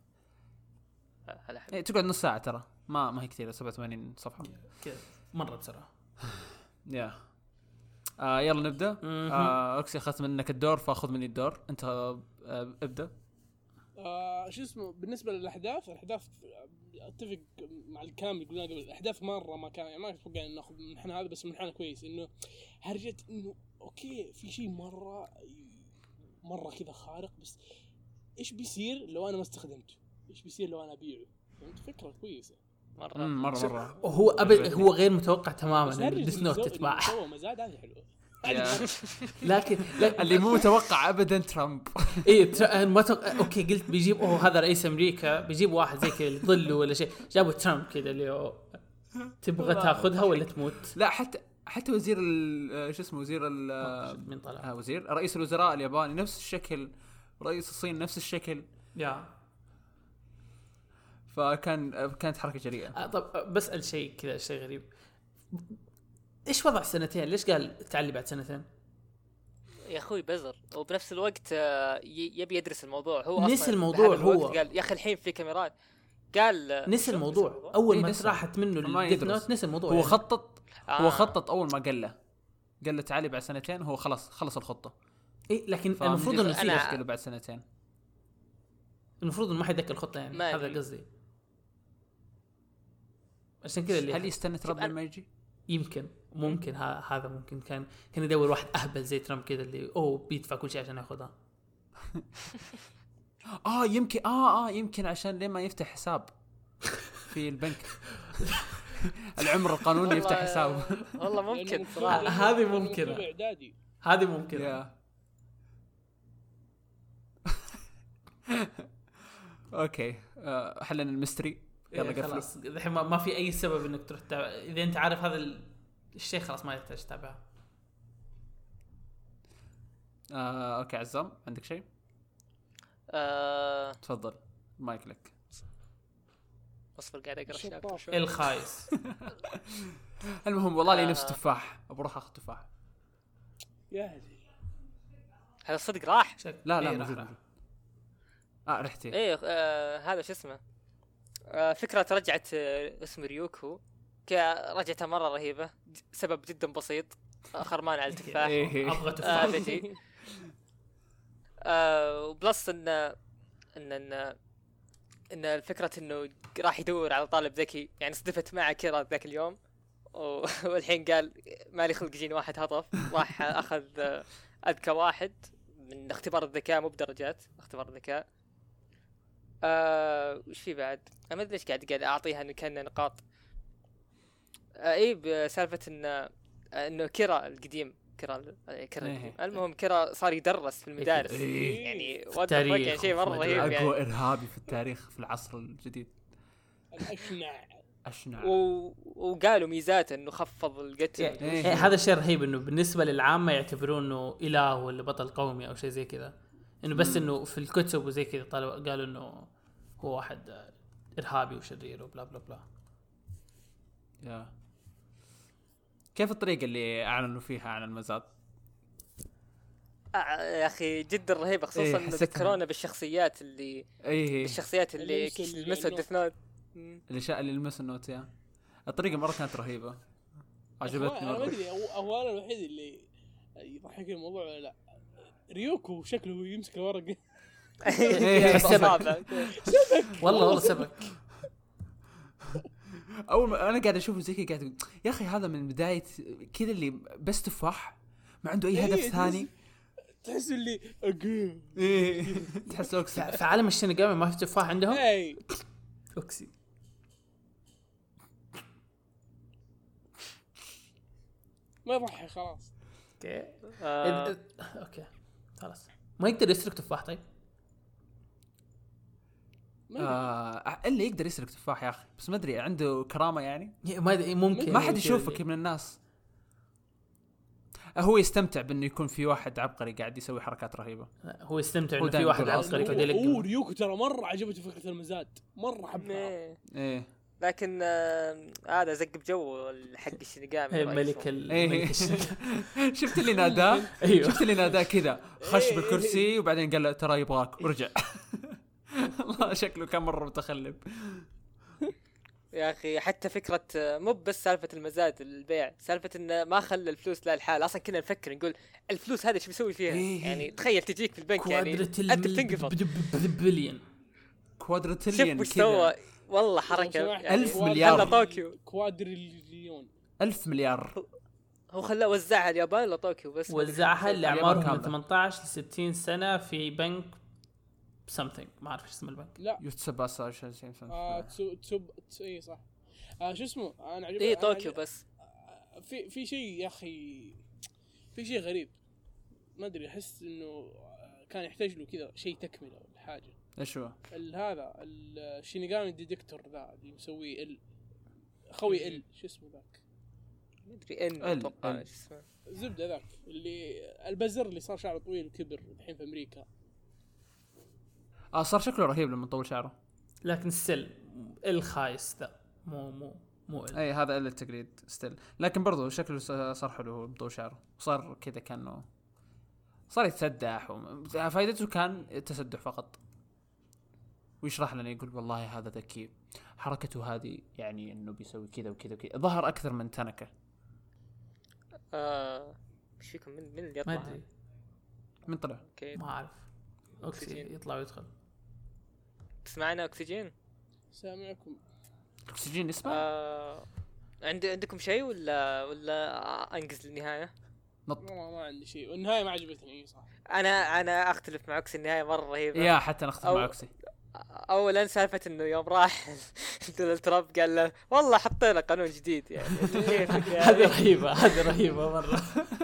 هلا إيه تقعد نص ساعه ترى ما هي كثير، 87 صفحه كذا مره بسرعه. يا يلا نبدا. اوكسي اخذت منك الدور فاخذ مني الدور. انت ابدا. شو اسمه بالنسبه للاحداث اتفق مع الكلام اللي قلناه قبل. الاحداث مره ما كان يعني ما اتوقع ان ناخذ منحنى هذا، بس منحنى كويس انه هرجه انه اوكي في شيء مره كذا خارق، بس ايش بيصير لو انا ما استخدمته؟ ايش بيصير لو انا ابيعه؟ فهمت؟ فكره كويسه مره هو غير متوقع تماما ديث نوت تتباع. هو مزاد هذه حلوه لكن اللي مو متوقع ابدا ترامب. ايه ما اوكي قلت بيجيب هذا رئيس امريكا، بيجيب واحد زي كذا يضله ولا شيء، جابوا ترامب كذا اللي تبغى تاخذها ولا تموت. لا حتى وزير شو اسمه وزير من طلع وزير رئيس الوزراء الياباني نفس الشكل، رئيس الصين نفس الشكل. كانت حركه جريئه. طب بسأل شيء كذا، شيء غريب، ايش وضع سنتين؟ ليش قال تعلي بعد سنتين يا اخوي؟ بزر وبنفس الوقت يبي يدرس الموضوع. هو نسي الموضوع. هو قال يا اخي الحين في كاميرات، قال نسي الموضوع اول ما راحت منه الديث نوت. نسي الموضوع. هو خطط هو خطط اول ما قال له تعالي بعد سنتين. هو خلص الخطه. ايه لكن المفروض انه نسي ايش قال له بعد سنتين. المفروض انه ما حد يذكر الخطه يعني. هذا قصدي. عشان كذا هل يستنى ترامب لما يجي؟ يمكن ممكن هذا ممكن كان يدور واحد اهبل زي ترامب كذا اللي بيدفع كل شيء عشان ياخذها. يمكن يمكن عشان لما يفتح حساب في البنك. العمر القانوني يفتح حساب. والله ممكن هذه ممكن اوكي حلنا الميستري. يلا قفل. خلاص الحين ما في اي سبب انك تروح اذا انت عارف هذا الشيء خلاص ما يحتاج تتابعه. اوكي عزام عندك شيء؟ تفضل مايك لك. اصبر قاعد اقرا شابتر الخايس. المهم والله لي نفس تفاح، بروح اخذ تفاح. يا هذي هذا صدق راح. لا موجود. رحتي ايه هذا شو اسمه فكرة رجعت اسم ريوكو رجعتها مرة رهيبة. سبب جدا بسيط، خرمان على التفاح. ابغى تفاح. وبلس ان الفكرة انه راح يدور على طالب ذكي. يعني صدفت معه كيرا ذاك اليوم والحين قال مالي خلق يجيني واحد هطف. راح اخذ اذكى واحد من اختبار الذكاء، مو بدرجات، اختبار الذكاء. وش في بعد؟ انا ما ادري ليش قاعد اعطيها انه كان نقاط. بسالفه انه كيرا القديم. المهم كيرا صار يدرس في المدارس. يعني تاريخ شيء مره رهيب. اقوى يعني ارهابي في التاريخ في العصر الجديد. اشنع وقالوا ميزاته انه خفض القتل. هذا الشيء رهيب، انه بالنسبه للعامه يعتبرونه اله ولا بطل قومي او شيء زي كذا، انه بس انه في الكتب وزي كذا قالوا انه هو واحد ارهابي وشرير وبلا بلا بلا. كيف الطريقه اللي اعلنوا فيها عن المزاد؟ يا اخي جدا رهيبه، خصوصا انه ذكرونا بالشخصيات اللي بالشخصيات اللي لمسوا الديث نوت، الاشياء اللي لمسوا النوت. يا الطريقه مره كانت رهيبه، عجبتني انا ما مره. ادري هو انا الوحيد اللي يضحك الموضوع ولا لا؟ ريوكو شكله يمسك الورق والله سبك. اول ما انا قاعد اشوفه زي كذا قاعد اقول يا اخي هذا من بدايه كذا اللي بس تفاح ما عنده اي هدف ثاني. تحس اللي تحس اوكسي في عالم الشينيغامي ما في تفاح عندهم. اي اوكسي ما يضحك خلاص. اوكي خلاص ما يقدر يسرق تفاح. طيب الا يقدر يسرق تفاح يا اخي، بس ما ادري عنده كرامه يعني. ما ممكن ما حد يشوفك من الناس. هو يستمتع بانه يكون في واحد عبقري قاعد يسوي حركات رهيبه. هو يستمتع انه في واحد عبقري قاعد يلقم. ريوكو ترى مره عجبته فكره المزاد، مره حبها. ايه لكن هذا زق بجو حق الشينيغامي ملك شفت اللي ناداه. شفت اللي ناداه كذا خش بالكرسي وبعدين قال له ترى يبغاك ورجع. الله شكله كان مره متخلف يا اخي. حتى فكره مو بس سالفه المزاد البيع، سالفه انه ما خلى الفلوس لا الحال اصلا. كنا نفكر نقول الفلوس هذا ايش بيسوي فيها؟ يعني تخيل تجيك في البنك يعني انت بتنقفض بليون كوادرتليون كذا. والله حركه يعني 1000 مليار طوكيو. كوادريليون 1000 مليار. هو خلاه وزعها اليابان لطوكيو بس. وزعها لأعمارهم من 18 ل 60 سنه في بنك something ما اعرف ايش اسم البنك. لا يوتسباسا شيء اي صح. شو اسمه انا عجبني. اي طوكيو بس في شيء يا اخي، في شيء غريب ما ادري، احس انه كان يحتاج له كذا شيء تكمله ولا حاجه. ايش هو هذا الشينيغامي ديتكتور ذا اللي مسويه خوي شو اسمه ذاك؟ ما ادري اتوقع ايش اسمه، زبده ذاك اللي البزر اللي صار شعره طويل وكبر الحين في امريكا. صار شكله رهيب لما طول شعره، لكن ستيل الخايس ذا مو اي هذا الا التقليد ستيل، لكن برضو شكله صار حلو بطول شعره، وصار كذا كانه صار يتسدح فائدته كان التسدح فقط. ويشرح لنا يقول والله هذا ذكي، حركته هذه يعني انه بيسوي كذا وكذا وكذا. ظهر اكثر من تانكا. ايش فيكم من اللي يطلع؟ ما ادري من طلع ما اعرف. اوكسجين يطلع ويدخل. تسمعنا اكسجين؟ سامعكم. اكسجين اسمع. عندكم شيء ولا انجز للنهايه؟ ما عندي شيء، والنهايه ما عجبتني صح. انا اختلف مع اوكسي، النهايه مره رهيبه. يا حتى نختلف مع اوكسي. اولا سالفه انه يوم راح دونالد ترامب قال له والله حطينا قانون جديد يعني هذه رهيبه مره.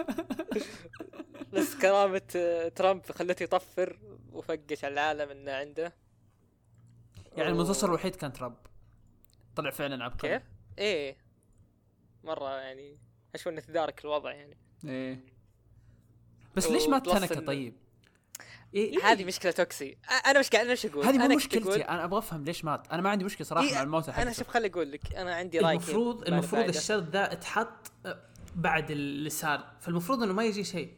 بس كرامه ترامب خلته يطفر وفقش على العالم انه عنده يعني المنتصر الوحيد كان ترامب، طلع فعلا عبقري. كيف؟ ايه مره يعني اشوف انه تدارك الوضع يعني. ايه بس ليش ما تنكه؟ طيب هذه مشكله توكسي. انا مش قاعد اقول هذه مو مشكلتي. انا ابغى افهم ليش مات. انا ما عندي مشكله صراحه مع الموت حقه. انا شوف خلي اقول لك انا عندي راي. المفروض الشرط ذا اتحط بعد اللي صار، فالمفروض انه ما يجي شيء.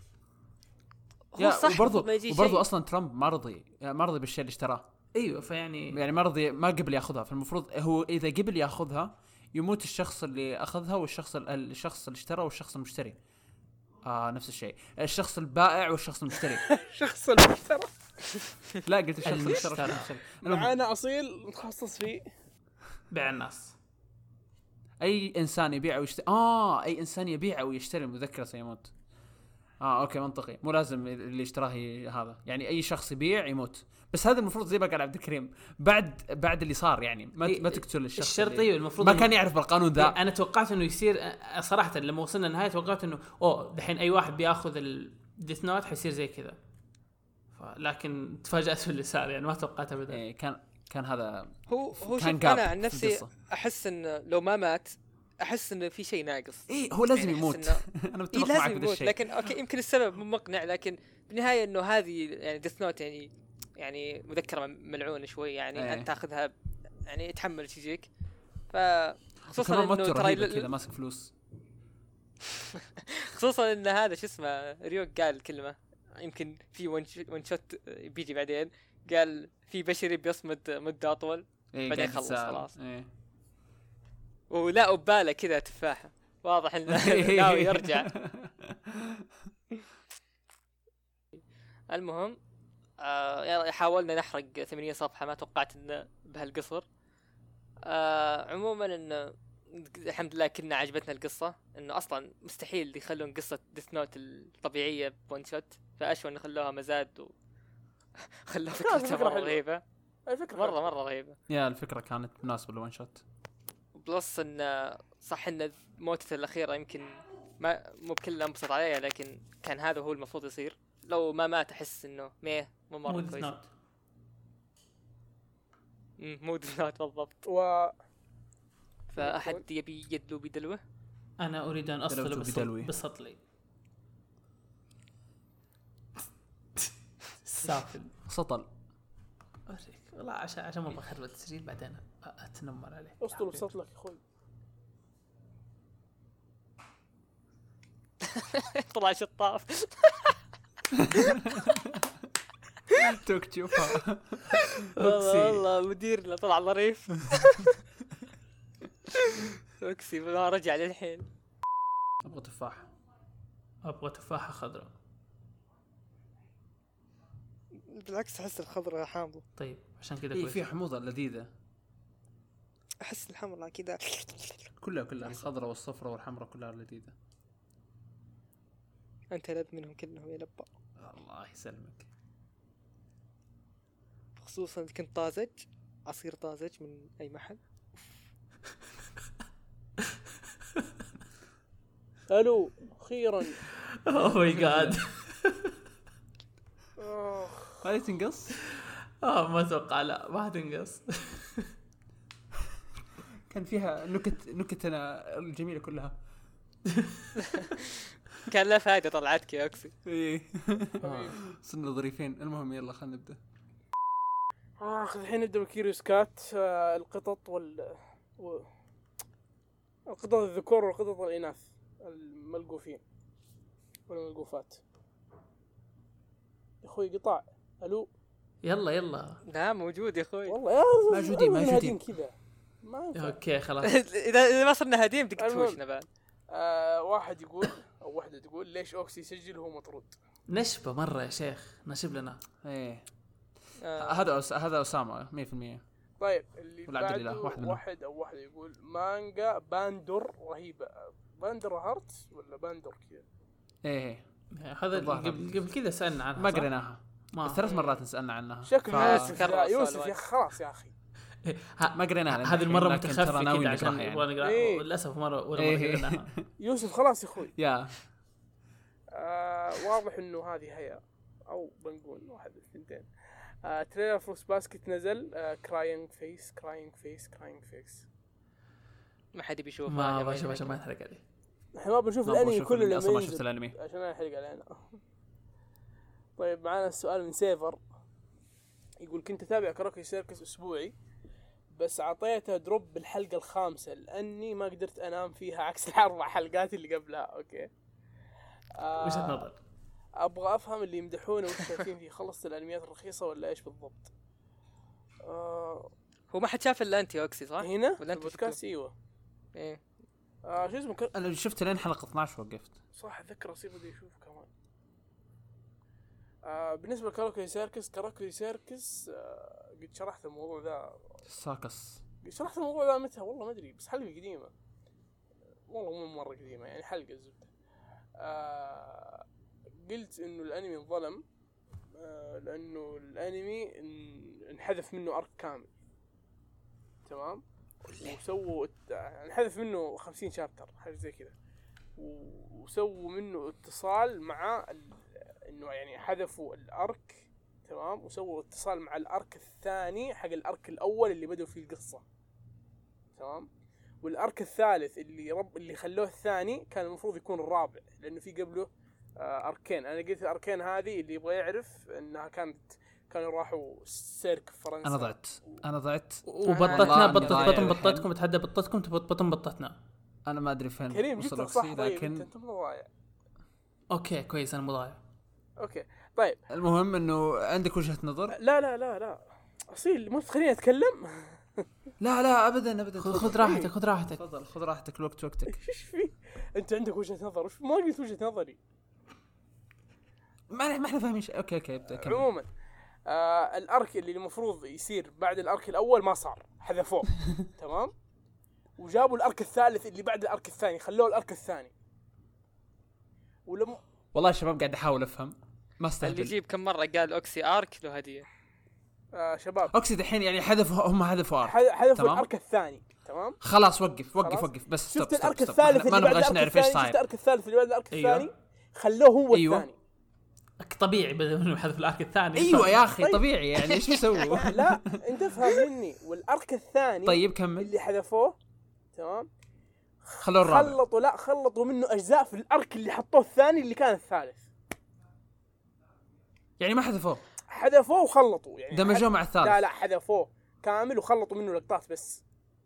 وبرضه اصلا ترامب ما رضي بالشيء اللي اشتراه. ايوه فيعني ما رضي، ما قبل ياخذها. فالمفروض هو اذا قبل ياخذها يموت الشخص اللي اخذها والشخص اللي اشترى والشخص المشتري. نفس الشيء، الشخص البائع والشخص المشتري. الشخص المشتري لا قلت الشخص المشتري. معانا اصيل متخصص فيه بيع الناس. اي انسان يبيع او يشتري. اي انسان يبيع او يشتري المذكره سيموت. اوكي منطقي. مو لازم اللي اشتراه هذا، يعني اي شخص يبيع يموت. بس هذا المفروض زي ما قال عبد الكريم بعد اللي صار، يعني ما تقتل الشخص الشرطي. المفروض ما كان يعرف بالقانون ذا. انا توقعت انه يصير صراحه لما وصلنا النهايه توقعت انه دحين اي واحد بياخذ الديث نوت حيصير زي كذا، لكن تفاجأت في اللي صار يعني ما توقعت ابدا. كان هذا هو شوف انا عن نفسي احس انه لو ما مات احس انه في شيء ناقص. هو لازم يموت. انا متفق معك بهذا الشيء، لكن اوكي يمكن السبب مو مقنع، لكن بالنهايه انه هذه يعني ديث نوت يعني مذكره ملعونه شوي يعني. انت تاخذها يعني تحمل تجيك. فخصوصا انه ترى كذا ماسك فلوس. خصوصا ان هذا شو اسمه ريوك قال كلمه يمكن في ون شوت بيجي بعدين، قال في بشري بيصمد مدة أطول بعدين خلص خلاص. ولا أبالة كذا تفاحة واضح إنه ناوي يرجع. المهم حاولنا نحرق 8 صفحة، ما توقعت إنه بهالقصر. عموما إنه الحمد لله كنا عجبتنا القصة، إنه أصلا مستحيل يخلون قصة ديث نوت الطبيعية بون شوت، فأشوى إن خلوها مزاد خلوها فكرة مرة رهيبة. مرة رهيبة. يا الفكرة كانت مناسبة لون شوت. بلس إن صح إن موتته الأخيرة يمكن ما مو بكل انبسط عليها، لكن كان هذا هو المفروض يصير. لو ما مات أحس إنه مو مرة كويس. مو ديث نوت بالضبط. فأحد يبي يدلو بدلوه؟ أنا أريد أن أصل بسطلي سافل سطل. أوريك والله عشان ما بخرب التسجيل بعدين أتنمر عليه. أسطل بسطلك يا أخوي. طلع شطاف. توك تشوفها. والله مديرنا طلع ظريف. اوكسي ما رجع للحين. ابغى تفاحة خضراء. بالعكس احس الخضراء حامضة. طيب عشان كذا كويس. في حموضة لذيذة. احس الحمراء كذا كلها الخضراء والصفراء والحمراء كلها لذيذة. انت لذ منهم كلهم يا لبا. الله يسلمك. خصوصا كنت طازج، عصير طازج من اي محل. الو اخيرا. اوه ماي جاد. هاي تنقص؟ ما اتوقع، لا ما تنقص. كان فيها نكتنا الجميلة كلها. كان لا فائدة طلعتك يا أكسي. ايه صرنا ظريفين. المهم يلا خلينا نبدأ. الحين نبدأ بكيريوس كات. القطط القطط الذكور والقطط الإناث الملقوفين والملقوفات. يا أخوي قطاع. ألو يلا لا موجود يا أخوي والله يا موجودين كذا ما اوكي خلاص. إذا ما صرنا هادين تكتوشنا بعد. واحد يقول أو واحدة تقول ليش أوكسي يسجل وهو مطرود؟ نشبه مرة يا شيخ، نشب لنا. ايه هذا أسامة 100%. طيب اللي بعده واحد أو واحدة يقول مانجا باندور رهيبة. باندر هارت ولا باندور كذا؟ ايه هذا قبل كذا سألنا عنها، ما قريناها 3 مرات نسألنا عنها. شكل يوسف يا خلاص يا أخي ما قريناها هذه المرة متخفي كذا عشان نبغى نقرأ. للأسف مرة قريناها. يوسف خلاص يا أخوي. يا واضح إنه هذه هي أو بنقول واحد الثنتين. تريلر فروس باسكت نزل. كراينج فيس ما حد بيشوف. ما بشوف عشان ما يحرق عليه. احنا ما بنشوف الانمي كله اللي اصلا ما شفت الانمي عشان ما يحرق علينا. طيب معنا السؤال من سيفر يقول كنت اتابع كاراكي سيركس اسبوعي بس عطيتها دروب بالحلقة 5 لاني ما قدرت انام فيها عكس ال4 حلقات اللي قبلها. اوكي وش النظر؟ ابغى افهم اللي يمدحونه وش شايفين فيه. خلصت الانميات الرخيصة ولا ايش بالضبط؟ هو ما حد شاف الا انت يا اوكسي صح؟ هنا ولا انت بودكاست؟ ايوه ايه شو اسمه انا شفت لين حلقة 12 وقفت صح. اتذكر اصير بدي اشوف كمان. بالنسبة لكاراكي سيركس قد شرحت الموضوع ذا. قد شرحت الموضوع ذا متى والله ما ادري، بس حلقة قديمة والله مو مرة قديمة يعني حلقة الزبدة. قلت انه الانمي انظلم لانه الانمي انحذف منه ارك كامل تمام، وسووا انحذف منه 50 شابتر حاجة زي كذا، وسووا منه اتصال مع انه يعني حذفوا الارك تمام وسووا اتصال مع الارك الثاني حق الارك الاول اللي بدوا فيه القصة تمام، والارك الثالث اللي خلوه الثاني كان المفروض يكون الرابع لانه في قبله اركين. انا قلت الاركين هذه اللي يبغى يعرف انها كانوا راحوا سيرك في فرنسا. انا ضعت وبطتنا بطتكم تحدى بطتكم بطتنا. انا ما ادري فين كريم جبت صح لكن انت مضايع. اوكي كويس انا مضايع. اوكي طيب المهم انه عندك وجهة نظر. لا اصيل، ما تخليني اتكلم. لا ابدا خذ راحتك تفضل خذ راحتك، الوقت وقتك. ايش في؟ انت عندك وجهة نظر، ما قلت وجهة نظري. ما احنا فاهمين شيء. اوكي ابدا كمل. عموما الارك اللي المفروض يصير بعد الارك الاول ما صار، حذفوه. تمام. وجابوا الارك الثالث اللي بعد الارك الثاني، خلوه الارك الثاني. والله يا شباب قاعد احاول افهم، ما استهبل. اللي يجيب كم مره قال اوكسي ارك له هديه. شباب اوكسي الحين يعني هم حذفوا ارك، حذفوا الارك الثاني. تمام خلاص وقف بس شفت الارك الثالث ما نبغاش نعرف ايش صاير. شفت الارك الثالث اللي بعد الارك أيوة. الثاني خلوه هو الثاني. طبيعي بدل ما يحذف الارك الثاني. ايوه يا اخي طيب. طبيعي يعني ايش يسووا؟ لا انت فهم مني. والارك الثاني طيب كمل. اللي حذفوه تمام خلوا الرابع. خلطوا منه اجزاء في الارك اللي حطوه الثاني اللي كان الثالث. يعني ما حذفوه وخلطوا يعني دمجوه مع الثالث. لا حذفوه كامل وخلطوا منه لقطات بس.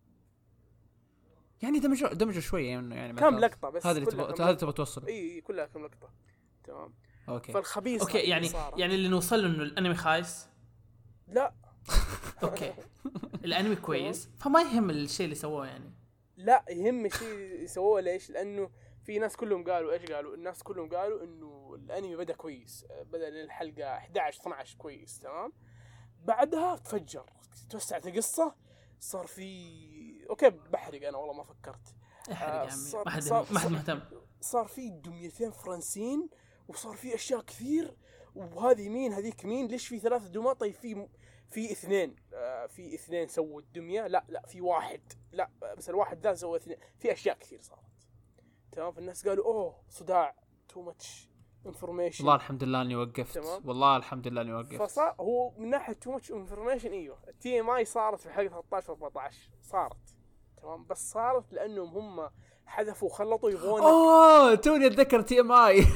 يعني دمجوا شويه يعني كم لقطه بس. هذا اللي تبغى توصله. اي كلها كم لقطه. تمام. اوكي فالخبيث اوكي يعني اللي نوصل له انه الانمي خايس. لا اوكي الانمي كويس، فما يهم الشيء اللي سووه يعني. لا يهم شيء يسووه. ليش؟ لانه في ناس كلهم قالوا ايش قالوا؟ الناس كلهم قالوا انه الانمي بدا كويس، بدا الحلقه 11 12 كويس. تمام. بعدها تفجر، توسعت القصه، صار في اوكي بحرق انا والله ما فكرت. احرق يا عمي، ما حد مهتم. صار في دميتين فرنسيين، وصار في اشياء كثير. وهذه مين هذيك مين؟ ليش في 3 دماء؟ طيب في اثنين، في اثنين سووا الدمية. لا في واحد، لا بس الواحد ذا سوى اثنين. في اشياء كثير صارت. تمام. فالناس قالوا اوه صداع تو ماتش انفورميشن. والله الحمد لله اني وقفت. والله الحمد لله اني وقفت. فصار هو من ناحيه تو ماتش انفورميشن. ايوه التي ام اي صارت في حلقه 13 و 14 صارت. تمام. بس صارت لانهم هم حذفوا وخلطوا يبغون. توني اتذكر تي ام اي.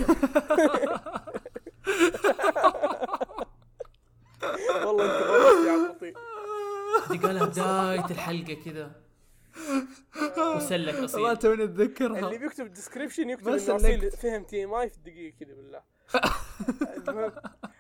والله انت غلطت يا عبطي. دي قالها بداية الحلقة كذا وسلك أصيل. والله توني اتذكرها. اللي بيكتب الديسكريبشن يكتب انه اصيل فهم تي ام اي في الدقيقة كذا بالله. المهم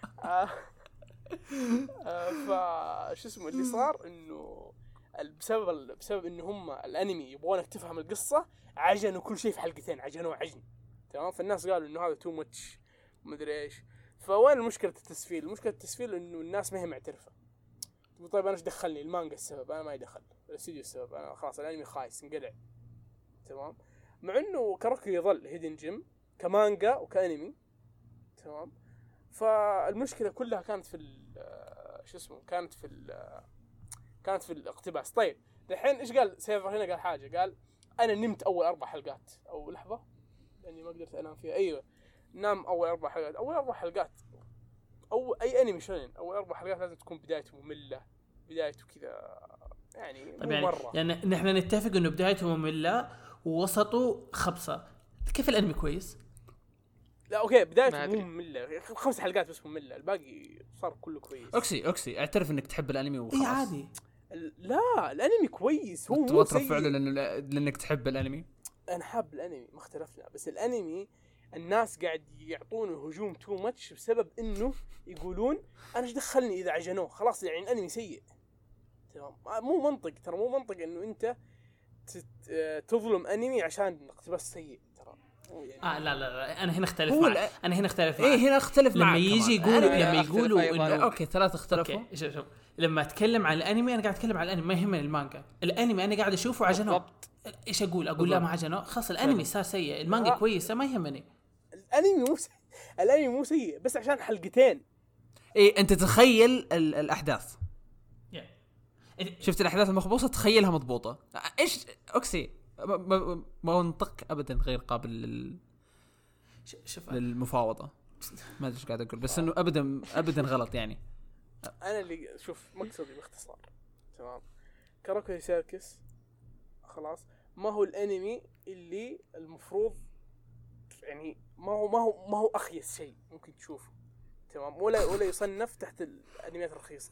شو اسمه اللي صار انه بسبب انه هم الانمي يبغونك تفهم القصة، عجنوا كل شيء في حلقتين، عجنوا عجن. تمام. فالناس قالوا انه هذا تو ماتش مدري ايش. فوين مشكلة التسفيل؟ مشكلة التسفيل انه الناس ما هي معترفة. طيب انا ايش دخلني؟ المانجا السبب؟ انا ما يدخل. الاستوديو السبب؟ انا خلاص الانمي خايس انقلع. تمام. مع انه كاروكو يظل هيدن جيم كمانجا وكانمي. تمام. فالمشكلة كلها كانت في شو اسمه، كانت في الاقتباس. طيب الحين ايش قال سيفر هنا؟ قال حاجة، قال انا نمت اول 4 حلقات او لحظة لاني ما قدرت انام فيها. ايوه نام اول 4 حلقات. اول 4 حلقات او اي انمي شونين اول 4 حلقات لازم تكون بدايته مملة، بدايته كذا يعني طيب مو مرة. يعني نحن نتفق انه بدايته مملة ووسطه خبصة. كيف الانمي كويس؟ لا اوكي بدايته مو مملة، 5 حلقات بس مملة، الباقي صار كله كويس. اوكسي اعترف انك تحب الانمي وخلاص. اي عادي. لا الانمي كويس، هو مو تبغى ترفع له لانك تحب الانمي. انا حاب الانمي ما اختلفنا، بس الانمي الناس قاعد يعطونه هجوم تو ماتش بسبب انه يقولون انا ايش دخلني اذا عجنوه خلاص يعني الانمي سيء. تمام. مو منطق، ترى مو منطق انه انت تظلم انمي عشان اقتباس سيء ترى يعني. لا انا هنا اختلف معك. هنا اختلف معك. لما يجي يقولوا انه اوكي 3 اختلفوا. شوف لما اتكلم عن الانمي انا قاعد اتكلم عن الانمي، ما يهمني المانجا. الانمي انا قاعد اشوفه عجنوه. ايش اقول لا ما عجنوه خلاص الانمي صار سيء. المانجا كويسه ما يهمني. الانمي مو سيء بس عشان حلقتين. انت تخيل الاحداث. شفت الاحداث المخبوصه تخيلها مضبوطه. ايش اوكسي ما منطق ابدا غير قابل للمفاوضه. ما ادري ايش قاعد اقول بس انه ابدا غلط يعني. انا اللي شوف مقصدي باختصار. تمام. كاروكو سيركس خلاص ما هو الانمي اللي المفروض يعني ما هو اخيس شيء ممكن تشوفه. تمام. ولا يصنف تحت الانميات الرخيصه.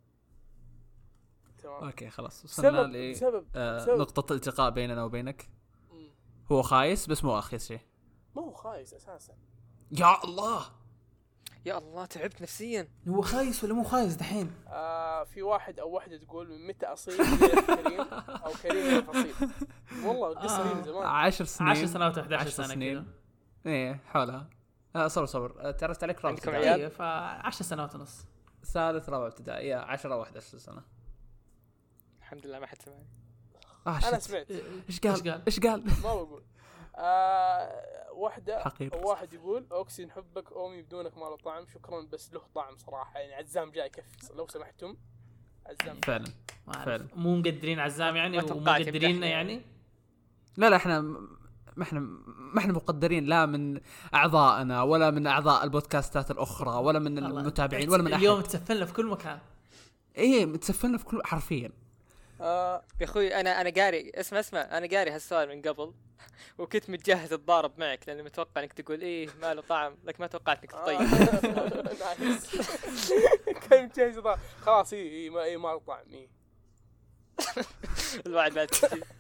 تمام. اوكي خلاص وصلنا بسبب نقطه التقاء بيننا وبينك. هو خايس بس مو اخيس شيء. ما هو خايس اساسا. يا الله يا الله تعبت نفسيا. هو خايس ولا مو خايس دحين؟ في واحد او وحده تقول من متى اصيل غير كريم او كريم غير فصيل. والله القصه من زمان 10 سنين 10 سنوات و11 سنه كذا. ايه حولها. صبر تعرفت عليك رابع عندكم ابتدائي. ايه ف 10 سنوات ونص. ثالث رابع ابتدائي 10 او 11 سنه. الحمد لله ما حد سمعني. انا سمعت. ايش قال ما بقول. واحدة حقير. أو واحد يقول أوكسي نحبك أومي بدونك ما له طعم شكرا بس له طعم صراحة يعني عزام جاي يكفي لو سمحتم عزام فعلا فعلا مو مقدرين عزام يعني ما ومو توقعت مقدريننا يمدحني يعني. لا احنا ما احنا مقدرين لا من اعضائنا ولا من اعضاء البودكاستات الاخرى ولا من المتابعين ولا من احد. اليوم تسفلنا في كل مكان. ايه متسفلنا في كل حرفيا. يا اخوي انا قاري اسمع انا قاري هالسؤال من قبل وكنت متجهز اتضارب معك لاني متوقع انك تقول ايه ما له طعم لكن ما توقعت انك تطيب. كان متجهز خلاص ايه ما له طعم ايه. الواحد بعد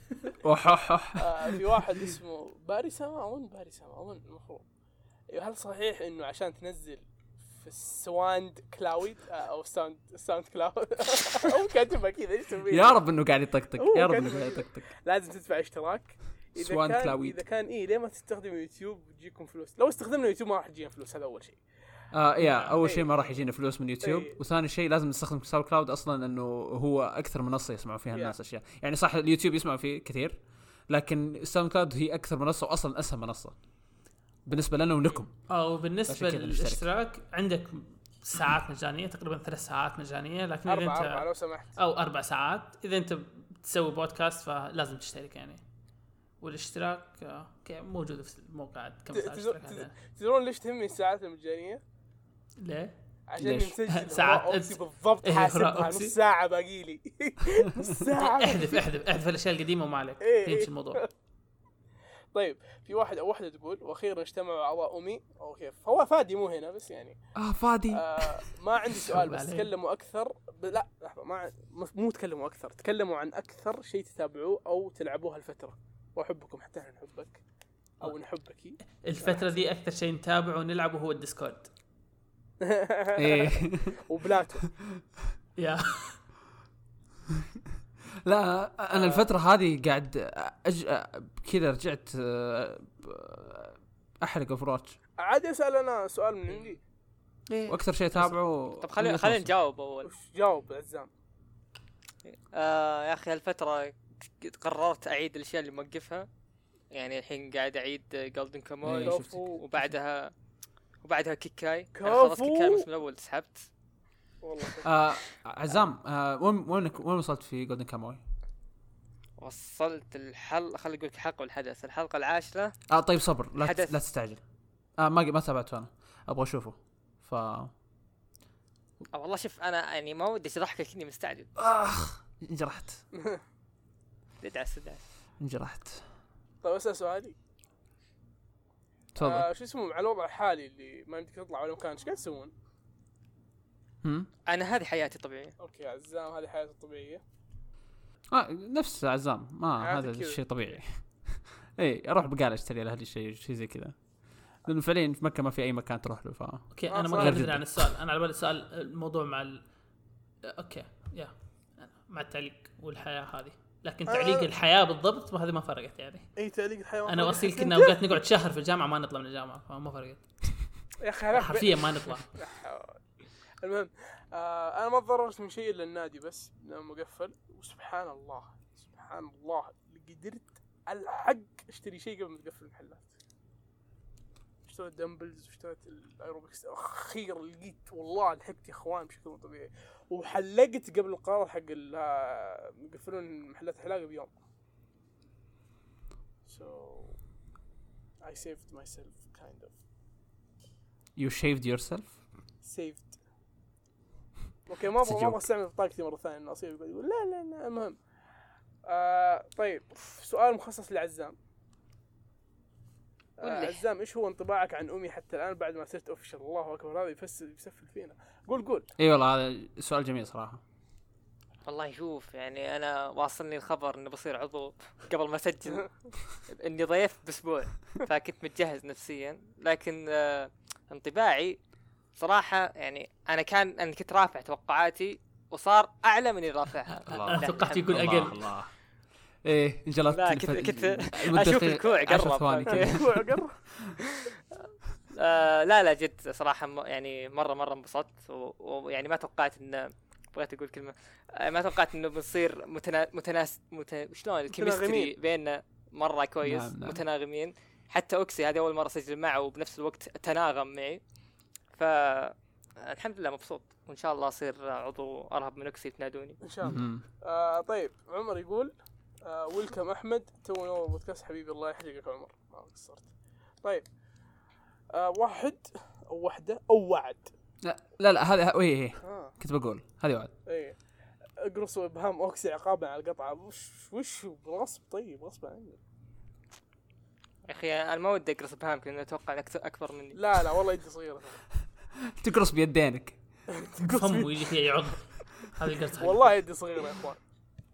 في واحد اسمه باري سما اظن المفروض هل صحيح انه عشان تنزل في السواند كلاود او ساوند كلاود او كاتبه كذا ايش تسوي يا رب انه قاعد يطقطق يا رب انه قاعد يطقطق. لازم تدفع اشتراك اذا كان ليه ما تستخدم يوتيوب وتجيكم فلوس. لو استخدمنا يوتيوب ما راح تجينا فلوس. هذا اول شيء. اول شيء ما راح يجينا فلوس من يوتيوب. وثاني شيء لازم نستخدم ساوند كلاود اصلا انه هو اكثر منصه يسمعوا فيها الناس اشياء. يعني صح اليوتيوب يسمعوا فيه كثير لكن الساوند كلاود هي اكثر منصه واصلا اسهل منصه بالنسبه لنا ولكم. او بالنسبه للاشتراك عندك ساعات مجانيه تقريبا 3 ساعات مجانيه لكن اذا انت 4 لو سمحت او 4 ساعات اذا انت بتسوي بودكاست فلازم تشترك يعني. والاشتراك موجود في الموقع كم ساعه اشتراك هذا. تدرون ليش تهمني الساعات المجانيه؟ ليه؟ عشان نسجل ساعات بالضبط حاسبها نص ساعه باقي لي نص ساعه. احذف الاشياء القديمه وما عليك يمشي الموضوع. طيب في واحد او وحده تقول واخيرا اجتمعوا اعضاء امي او كيف هو فادي مو هنا بس يعني فادي ما عندي سؤال بس تكلموا اكثر لا لحظه مو تكلموا اكثر تكلموا عن اكثر شيء تتابعوه او تلعبوه هالفتره واحبكم حتى احنا نحبك او نحبك. الفتره دي اكثر شيء نتابعه ونلعبه هو الديسكورد. ايه وبلاتو يا لا انا الفتره هذه قاعد كذا رجعت احرق اوفرواتش. عادي اسال انا سؤال من عندي واكثر شيء اتابعه. طب خلينا نجاوب اول. وش جاوب عزام؟ يا اخي هالفتره قررت اعيد الاشياء اللي موقفها يعني الحين قاعد اعيد جولدن كاموي وبعدها كيكاي. خلصت كيكاي من الاول سحبت والله. عزام وين وصلت في جولدن كاموي؟ وصلت الحلقه خلي اقول الحلقه والحدث الحلقه العاشرة. طيب صبر لا تستعجل. ما تابعته انا ابغى اشوفه والله شوف انا يعني ما ودي اضحكك اني مستعجل. انجرحت ادعس انجرحت. طيب اسال سؤالي تفضل. شو اسمه مع الوضع الحالي اللي ما يمديك تطلع ولا مكان ايش قاعد تسوون؟ انا هذه حياتي طبيعيه. اوكي عزام هذه حياتي الطبيعيه. نفس عزام ما هذا الشيء طبيعي. اي اروح بقاله اشتري له شيء زي كذا لانه فعليا في مكه ما في اي مكان تروح له اوكي انا ما ادري عن السؤال. انا على بالي السؤال الموضوع مع اوكي مع التعليق والحياه هذه لكن تعليق الحياه بالضبط هذه ما فرقت يعني. اي تعليق الحياه انا واصل كنا اوقات نقعد شهر في الجامعه ما نطلع من الجامعه فما فرقت يا اخي حرفيا ما نطلع. المهم انا ما تضررت من شيء الا النادي بس مقفل وسبحان الله قدرت الحق اشتري شيء قبل ما تقفل المحلات. اشتريت دمبلز واشتريت الايروبكس اخيرا لقيت والله لحقت يا اخوان بشكل مو طبيعي وحلقت قبل القرار حق يقفلون محلات الحلاقه بيوم. So I saved myself kind of. You shaved yourself? Saved. اوكي ما ابغى استعمل بطاقتي مره ثانيه النصيب يقول لا المهم طيب سؤال مخصص لعزام. عزام ايش هو انطباعك عن امي حتى الان بعد ما صرت اوفيشال؟ الله اكبر هذا يسفل فينا. قول اي والله هذا سؤال جميل صراحه. والله شوف يعني انا واصلني الخبر انه بصير عضو قبل ما اسجل اني ضيف باسبوع فكنت متجهز نفسيا لكن انطباعي صراحه يعني انا كنت رافع توقعاتي وصار اعلى من اللي رافعها. انا توقعت يقول اقل. الله. ايه انجلت. لا كنت اشوف الكوع قرب. لا جد صراحه يعني مره انبسطت ويعني ما توقعت ان بغيت اقول كلمه ما توقعت انه بنصير شلون الكيمستري بيننا مره كويس. نعم. متناغمين. حتى اوكسي هذه اول مره اسجل معه وبنفس الوقت تناغم معي فالحمد لله مبسوط وان شاء الله اصير عضو ارهب من اوكسي تنادوني ان شاء الله. طيب عمر يقول ويلكم احمد تو اول بودكاست حبيبي الله يحرقك عمر ما قصرت. طيب واحد او وحده او وعد. لا هذا ايه كنت بقول هذه وعد. ايه اقرصوا ابهام اوكسي عقابا على القطعه. وش بالغصب؟ طيب غصب عني يا اخي انا ما ودي اقرص ابهامك لانه اتوقع انك اكبر مني. لا والله يدي صغيره. تقرص بيدينك فمه يجي فيه يعض. هذه قرصه والله يدي صغيره يا اخوان.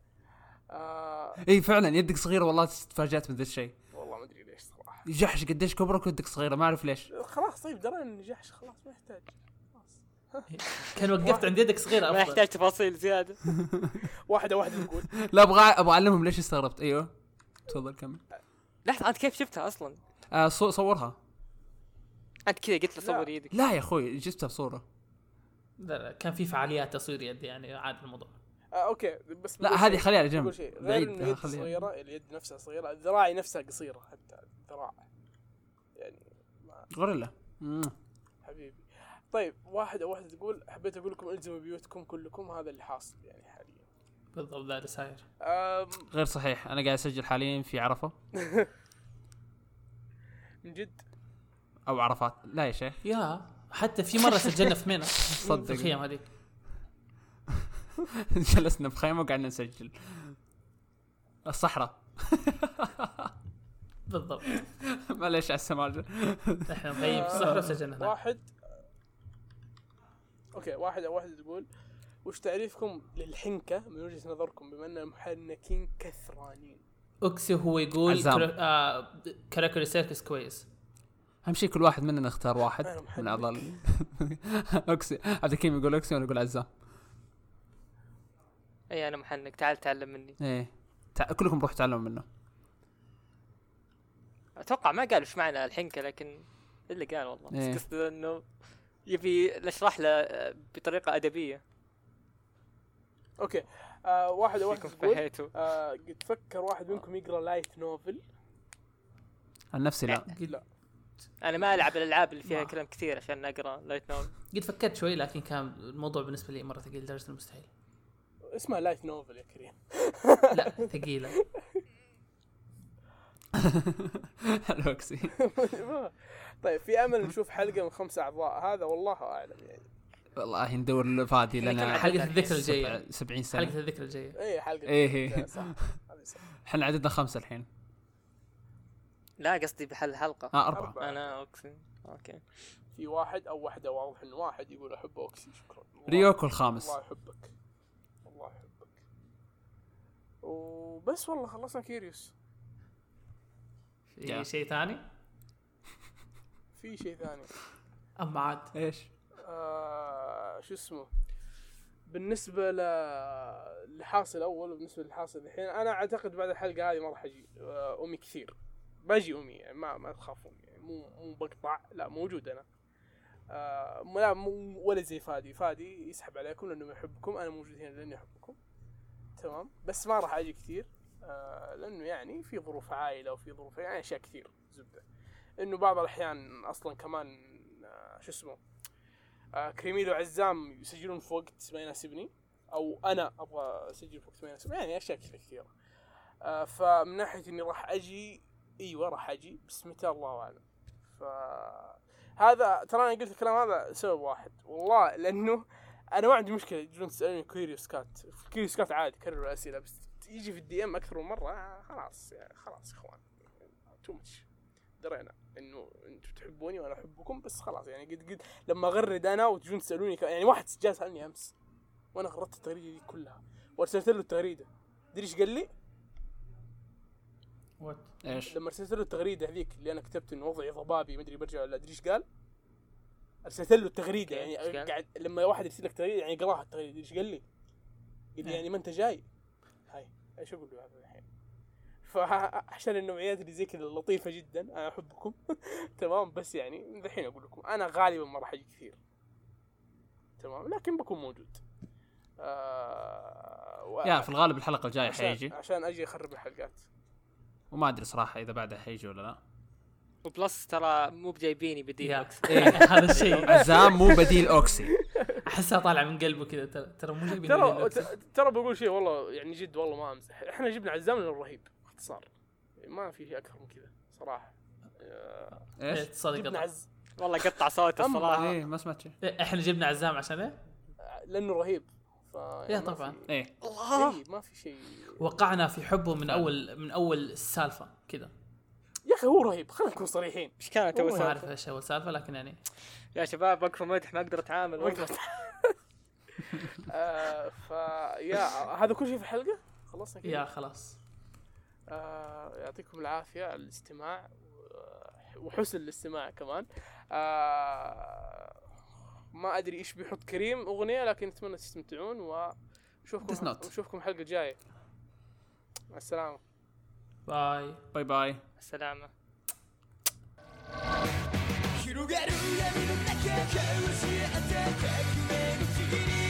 اي فعلا يدك صغيره والله. تفاجأت من ذا الشيء والله ما ادري ليش صراحه. جحش قديش كبرك ودك صغيره ما اعرف ليش. خلاص طيب درينا ان جحش خلاص ما يحتاج. كان وقفت عند يدك صغيره افضل. ما يحتاج تفاصيل زياده. واحده تقول لا ابغى اعلمهم ليش استغربت. ايوه تفضل كمل. لحظه انت كيف شفتها اصلا؟ صورها انت كذا قلت له صور يدك. لا يا اخوي جبتها بصوره. لا كان في فعاليات تصوير يد يعني عاد الموضوع. اوكي بس لا هذه خليها على جنب بعيد. صغيره اليد نفسها صغيره. الذراع نفسها قصيره حتى الذراع يعني غوريلا حبيبي. طيب واحد او واحده تقول حبيت اقول لكم الزموا بيوتكم كلكم. هذا اللي حاصل يعني حاليا بالضبط. ذا اللي صاير. غير صحيح. انا قاعد اسجل حاليا في عرفه. من جد او عرفات. لا يا شيخ يا حتى في مره سجلنا في منى صدق الخيام هذيك. جلسنا بخيمه وقعدنا نسجل الصحراء. بالضبط. معليش على السماجه. احنا مخيم في الصحراء سجلنا هناك. واحد او واحده تقول وش تعريفكم للحنكه من وجهه نظركم بما ان المحنكين كثرانين؟ اوكسي هو يقول كراكوري سيركس كويس. اهم شيء كل واحد مننا اختار واحد من اعضاء اوكسي. عبد الكريم يقول اوكسي وانا اقول عزام. اي انا محنك. تعال تعلم مني. ايه كلكم روح تعلموا منه. اتوقع ما قال وش معنى الحنكه لكن اللي قال والله بس قصده انه يبي نشرح له بطريقه ادبيه. اوكي واحد تقول قد فكر واحد منكم يقرا لايت نوفل؟ عن نفسي لا. انا ما العب الالعاب اللي فيها كلام كثير عشان اقرا لايت نوفل. قد فكرت شوي لكن كان الموضوع بالنسبه لي مره ثقيل لدرجه المستحيل. اسمها لايت نوفل يا كريم. لا ثقيله. الوكسي. طيب في امل نشوف حلقه من 5 اعضاء. هذا والله اعلم يعني. والله ندور فادي لنا حلقه الذكرى الجايه. 70 سنه حلقه الذكرى الجايه. اي حلقه. ايه صح. احنا عددنا 5 الحين. لا قصدي بحل حلقه 4. انا اوكي. في واحد او واحده واضح انه واحد يقول احب اوكسي. شكرا ريوكو الخامس. الله يحبك الله يحبك. وبس والله خلصنا كيريوس. في شيء ثاني؟ في شيء ثاني اما عاد ايش شو اسمه بالنسبه للحاصل اول وبالنسبه للحاصل الحين. انا اعتقد بعد الحلقه هذه ما راح اجي امي كثير. باجي امي يعني ما تخافون يعني مو بقطع. لا موجود انا لا مو ولا زي فادي يسحب عليكم لانه يحبكم. انا موجود هنا لاني احبكم تمام. بس ما راح اجي كثير لانه يعني في ظروف عائله وفي ظروف يعني اشياء كثير زبده. انه بعض الاحيان اصلا كمان شو اسمه كريميلو وعزام يسجلون في وقت ما يناسبني او انا ابغى اسجل في وقت ما يناسبني يعني اشياء كثيره. فمن ناحيه اني راح اجي ايوه راح اجي بس متى الله اعلم. فهذا ترى انا قلت الكلام هذا سبب واحد والله لانه انا ما عندي مشكله يجون تسالوني كيريوس كات عادي كرروا الاسئله بس يجي في الدي ام اكثر من مره خلاص يعني خلاص يا اخوان تو ماتش. درينا انه انتم تحبوني وانا احبكم بس خلاص يعني قد لما اغرد انا وتجون تسالوني يعني واحد جاء سالني امس وانا غردت التغريده دي كلها وارسلت له التغريده. تدري ايش قال لي؟ ايش؟ لما ارسلت له التغريده هذيك اللي انا كتبت انه وضعي ضبابي ما ادري برجع ولا ادري ايش قال؟ ارسلت له التغريده يعني قاعد لما واحد يرسل لك تغريده يعني قراها التغريده ايش قال لي؟ قال لي يعني ما انت جاي هاي ايش اقول له هذا الحين؟ فعشان النوعيات اللي زي كذا لطيفه جدا انا احبكم تمام بس يعني الحين اقول لكم انا غالبا ما راح اجي كثير تمام لكن بكون موجود يا في الغالب الحلقه الجايه حيجي عشان اجي اخرب الحلقات وما ادري صراحه اذا بعدها حيجي ولا لا وبلس ترى مو بجايبيني بديل اوكسي هذا الشيء عزام مو بديل اوكسي احسها طالع من قلبه كذا ترى مو جايبين ترى بقول شيء والله يعني جد والله ما امزح احنا جبنا عزام للرهيب اختصار ما في شيء اكثر من كذا صراحه ايش جبنا والله قطع صوت الصراحه ايه ما سمعت شيء احنا جبنا عزام عشان ايه لانه رهيب يا طبعا ايه ما في شيء وقعنا في حبه من اول السالفه كذا يا اخي هو رهيب خلينا نكون صريحين ايش كانت اول سالفه؟ ما اعرف ايش اول سالفه لكن يعني يا شباب اكفوا مدح ما اقدر اتعامل يا هذا كل شيء في الحلقه خلصنا كذا يا خلاص يعطيكم العافيه على الاستماع وحسن الاستماع كمان ما ادري ايش بيحط كريم اغنيه لكن اتمنى تستمتعون ونشوفكم الحلقه الجايه مع السلامه باي باي باي السلامه 広がる闇の中交わし合った革命のちぎり